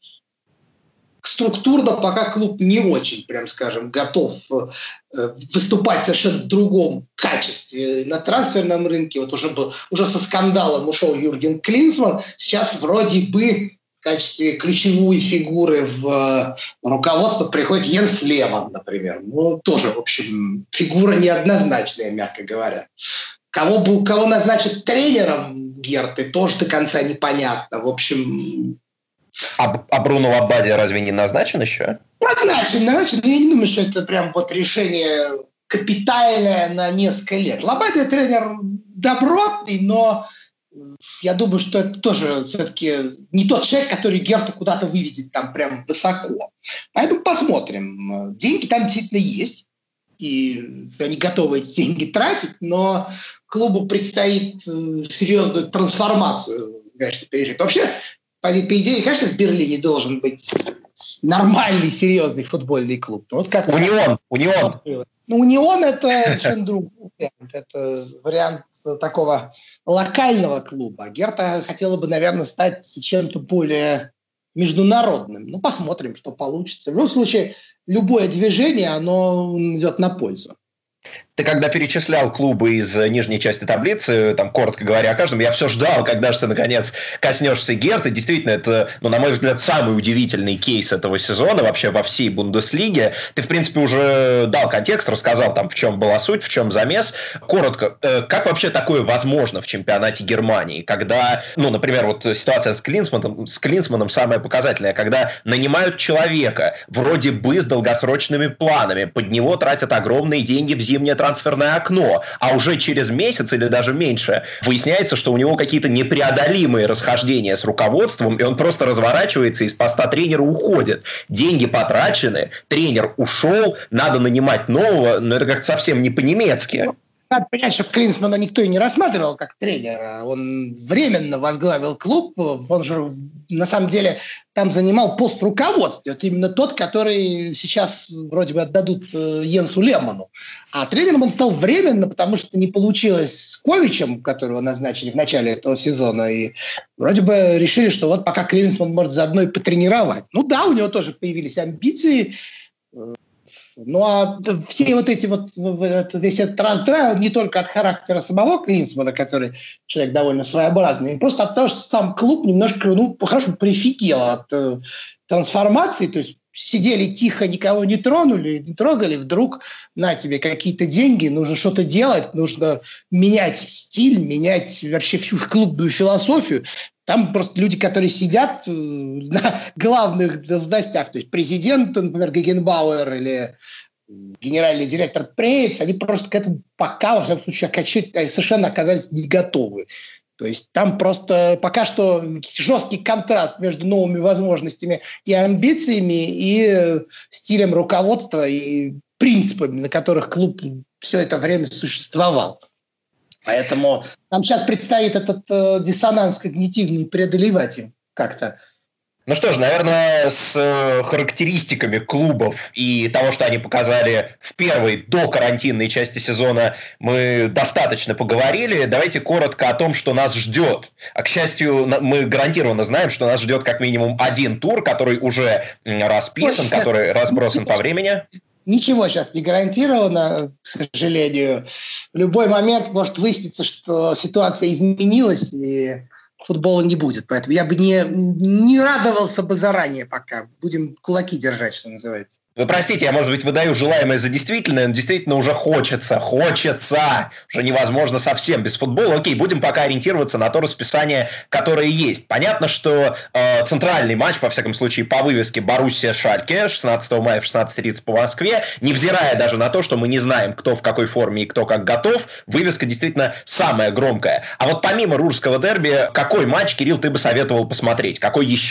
структурно пока клуб не очень, прям скажем, готов выступать совершенно в другом качестве на трансферном рынке. Вот уже, был, уже со скандалом ушел Юрген Клинсман, сейчас вроде бы в качестве ключевой фигуры в руководство приходит Йенс Леман, например. Ну, тоже, в общем, фигура неоднозначная, мягко говоря. Кого, бы, кого назначат тренером Герты, тоже до конца непонятно. В общем... А, а Бруно Лаббадия разве не назначен еще? Назначен, назначен. Но я не думаю, что это прям вот решение капитальное на несколько лет. Лаббадия тренер добротный, но... Я думаю, что это тоже все-таки не тот человек, который Герту куда-то выведет там прям высоко. Поэтому посмотрим. Деньги там действительно есть, и они готовы эти деньги тратить, но клубу предстоит серьезную трансформацию, конечно, пережить. Вообще, по, по идее, конечно, в Берлине должен быть нормальный, серьезный футбольный клуб. Вот как Унион, Унион. Ну, Унион – это совершенно другой вариант. Это вариант такого локального клуба. Герта хотела бы, наверное, стать чем-то более международным. Ну, посмотрим, что получится. В любом случае, любое движение, оно идет на пользу. Ты когда перечислял клубы из нижней части таблицы, там, коротко говоря о каждом, я все ждал, когда же ты, наконец, коснешься Герты. Действительно, это, ну, на мой взгляд, самый удивительный кейс этого сезона вообще во всей Бундеслиге. Ты, в принципе, уже дал контекст, рассказал, там, в чем была суть, в чем замес. Коротко, э, как вообще такое возможно в чемпионате Германии, когда, ну, например, вот ситуация с Клинсманом, с Клинсманом самая показательная, когда нанимают человека вроде бы с долгосрочными планами, под него тратят огромные деньги в зимнее трансферное окно, а уже через месяц или даже меньше выясняется, что у него какие-то непреодолимые расхождения с руководством, и он просто разворачивается и с поста тренера уходит. Деньги потрачены, тренер ушел, надо нанимать нового, но это как-то совсем не по-немецки. Надо понять, что Клинсмана никто и не рассматривал как тренера. Он временно возглавил клуб. Он же, на самом деле, там занимал пост в руководстве. Это именно тот, который сейчас вроде бы отдадут Йенсу Леману. А тренером он стал временно, потому что не получилось с Ковичем, которого назначили в начале этого сезона. И вроде бы решили, что вот пока Клинсман может заодно и потренировать. Ну да, у него тоже появились амбиции. Ну, а все вот эти вот, весь этот раздрай, он не только от характера самого Клинсмана, который человек довольно своеобразный, просто от того, что сам клуб немножко, ну, хорошо, прифигел от э, трансформации, то есть сидели тихо, никого не тронули, не трогали, вдруг на тебе какие-то деньги, нужно что-то делать, нужно менять стиль, менять вообще всю клубную философию. Там просто люди, которые сидят на главных должностях, то есть президент, например, Гегенбауэр или генеральный директор Прейц, они просто к этому пока, во всяком случае, совершенно оказались не готовы. То есть там просто пока что жесткий контраст между новыми возможностями и амбициями, и стилем руководства, и принципами, на которых клуб все это время существовал. Поэтому нам сейчас предстоит этот э, диссонанс когнитивный преодолевать им как-то. Ну что ж, наверное, с э, характеристиками клубов и того, что они показали в первой докарантинной части сезона, мы достаточно поговорили. Давайте коротко о том, что нас ждет. А, к счастью, мы гарантированно знаем, что нас ждет как минимум один тур, который уже расписан, Ой, который разбросан по времени. Ничего сейчас не гарантировано, к сожалению. В любой момент может выясниться, что ситуация изменилась, и футбола не будет. Поэтому я бы не, не радовался бы заранее пока. Будем кулаки держать, что называется. Вы простите, я, может быть, выдаю желаемое за действительное, но действительно уже хочется, хочется. Уже невозможно совсем без футбола. Окей, будем пока ориентироваться на то расписание, которое есть. Понятно, что э, центральный матч, во всяком случае, по вывеске Боруссия-Шальке, шестнадцатого мая в шестнадцать тридцать по Москве, невзирая даже на то, что мы не знаем, кто в какой форме и кто как готов, вывеска действительно самая громкая. А вот помимо рурского дерби, какой матч, Кирилл, ты бы советовал посмотреть? Какой еще?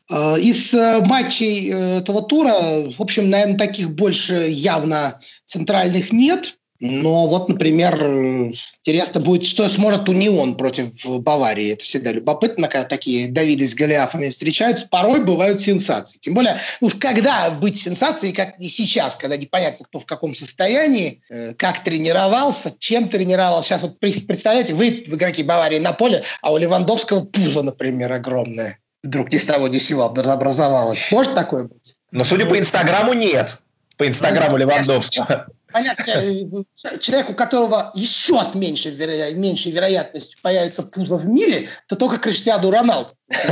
Из матчей этого тура, в общем, наверное, таких больше явно центральных нет. Но вот, например, интересно будет, что сможет Унион против Баварии. Это всегда любопытно, когда такие Давиды с Голиафами встречаются. Порой бывают сенсации. Тем более, уж когда быть сенсацией, как и сейчас, когда непонятно, кто в каком состоянии, как тренировался, чем тренировался. Сейчас вот представляете, вы, игроки Баварии, на поле, а у Левандовского пузо, например, огромное. Вдруг ни с того ни с сего образовалось. Может такое быть? Но, судя по Инстаграму, нет. По Инстаграму Левандовского. Понятно, человек, у которого еще с меньшей, веро... меньшей вероятностью появится пузо в мире, это только Криштиану Роналду.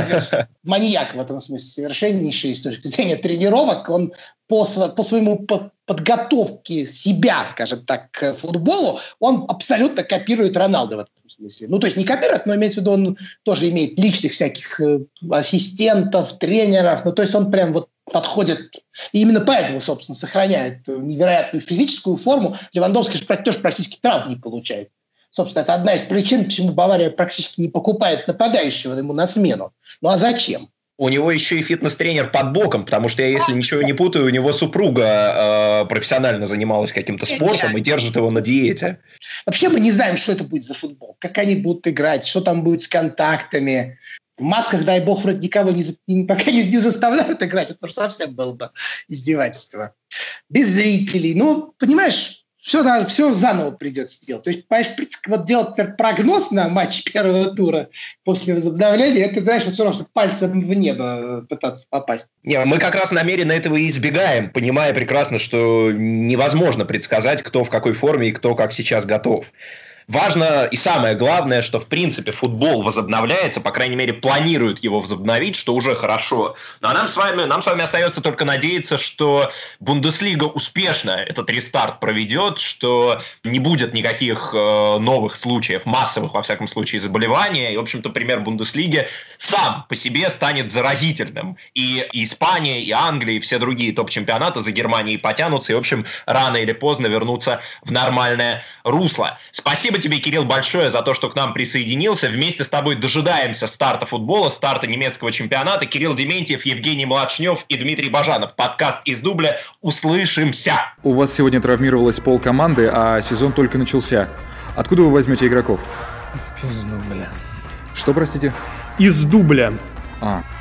Маньяк в этом смысле, совершеннейший с точки зрения тренировок. Он по, по своему подготовке себя, скажем так, к футболу, он абсолютно копирует Роналду в этом смысле. Ну, то есть не копирует, но имеется в виду, он тоже имеет личных всяких ассистентов, тренеров. Ну, то есть он прям вот подходит, и именно поэтому, собственно, сохраняет невероятную физическую форму. Левандовский же тоже практически травм не получает. Собственно, это одна из причин, почему Бавария практически не покупает нападающего ему на смену. Ну а зачем? У него еще и фитнес-тренер под боком, потому что, я, если ничего не путаю, у него супруга э, профессионально занималась каким-то спортом и держит его на диете. Вообще мы не знаем, что это будет за футбол, как они будут играть, что там будет с контактами. В масках, дай бог, вроде никого не, пока не, не заставляют играть. Это уже совсем было бы издевательство. Без зрителей. Ну, понимаешь, все, надо, все заново придется делать. То есть, понимаешь, вот делать прогноз на матч первого тура после возобновления, это, знаешь, вот все равно, что пальцем в небо пытаться попасть. Не, мы как раз намеренно этого и избегаем, понимая прекрасно, что невозможно предсказать, кто в какой форме и кто как сейчас готов. Важно и самое главное, что в принципе футбол возобновляется, по крайней мере планируют его возобновить, что уже хорошо. Ну а нам с вами, нам с вами остается только надеяться, что Бундеслига успешно этот рестарт проведет, что не будет никаких э, новых случаев, массовых во всяком случае заболеваний. И в общем-то пример Бундеслиги сам по себе станет заразительным. И, и Испания, и Англия, и все другие топ-чемпионаты за Германией потянутся и в общем рано или поздно вернутся в нормальное русло. Спасибо тебе, Кирилл, большое за то, что к нам присоединился. Вместе с тобой дожидаемся старта футбола, старта немецкого чемпионата. Кирилл Дементьев, Евгений Млашнев и Дмитрий Бажанов. Подкаст из дубля. Услышимся! У вас сегодня травмировалась полкоманды, а сезон только начался. Откуда вы возьмете игроков? Из дубля. Что, простите? Из дубля. А,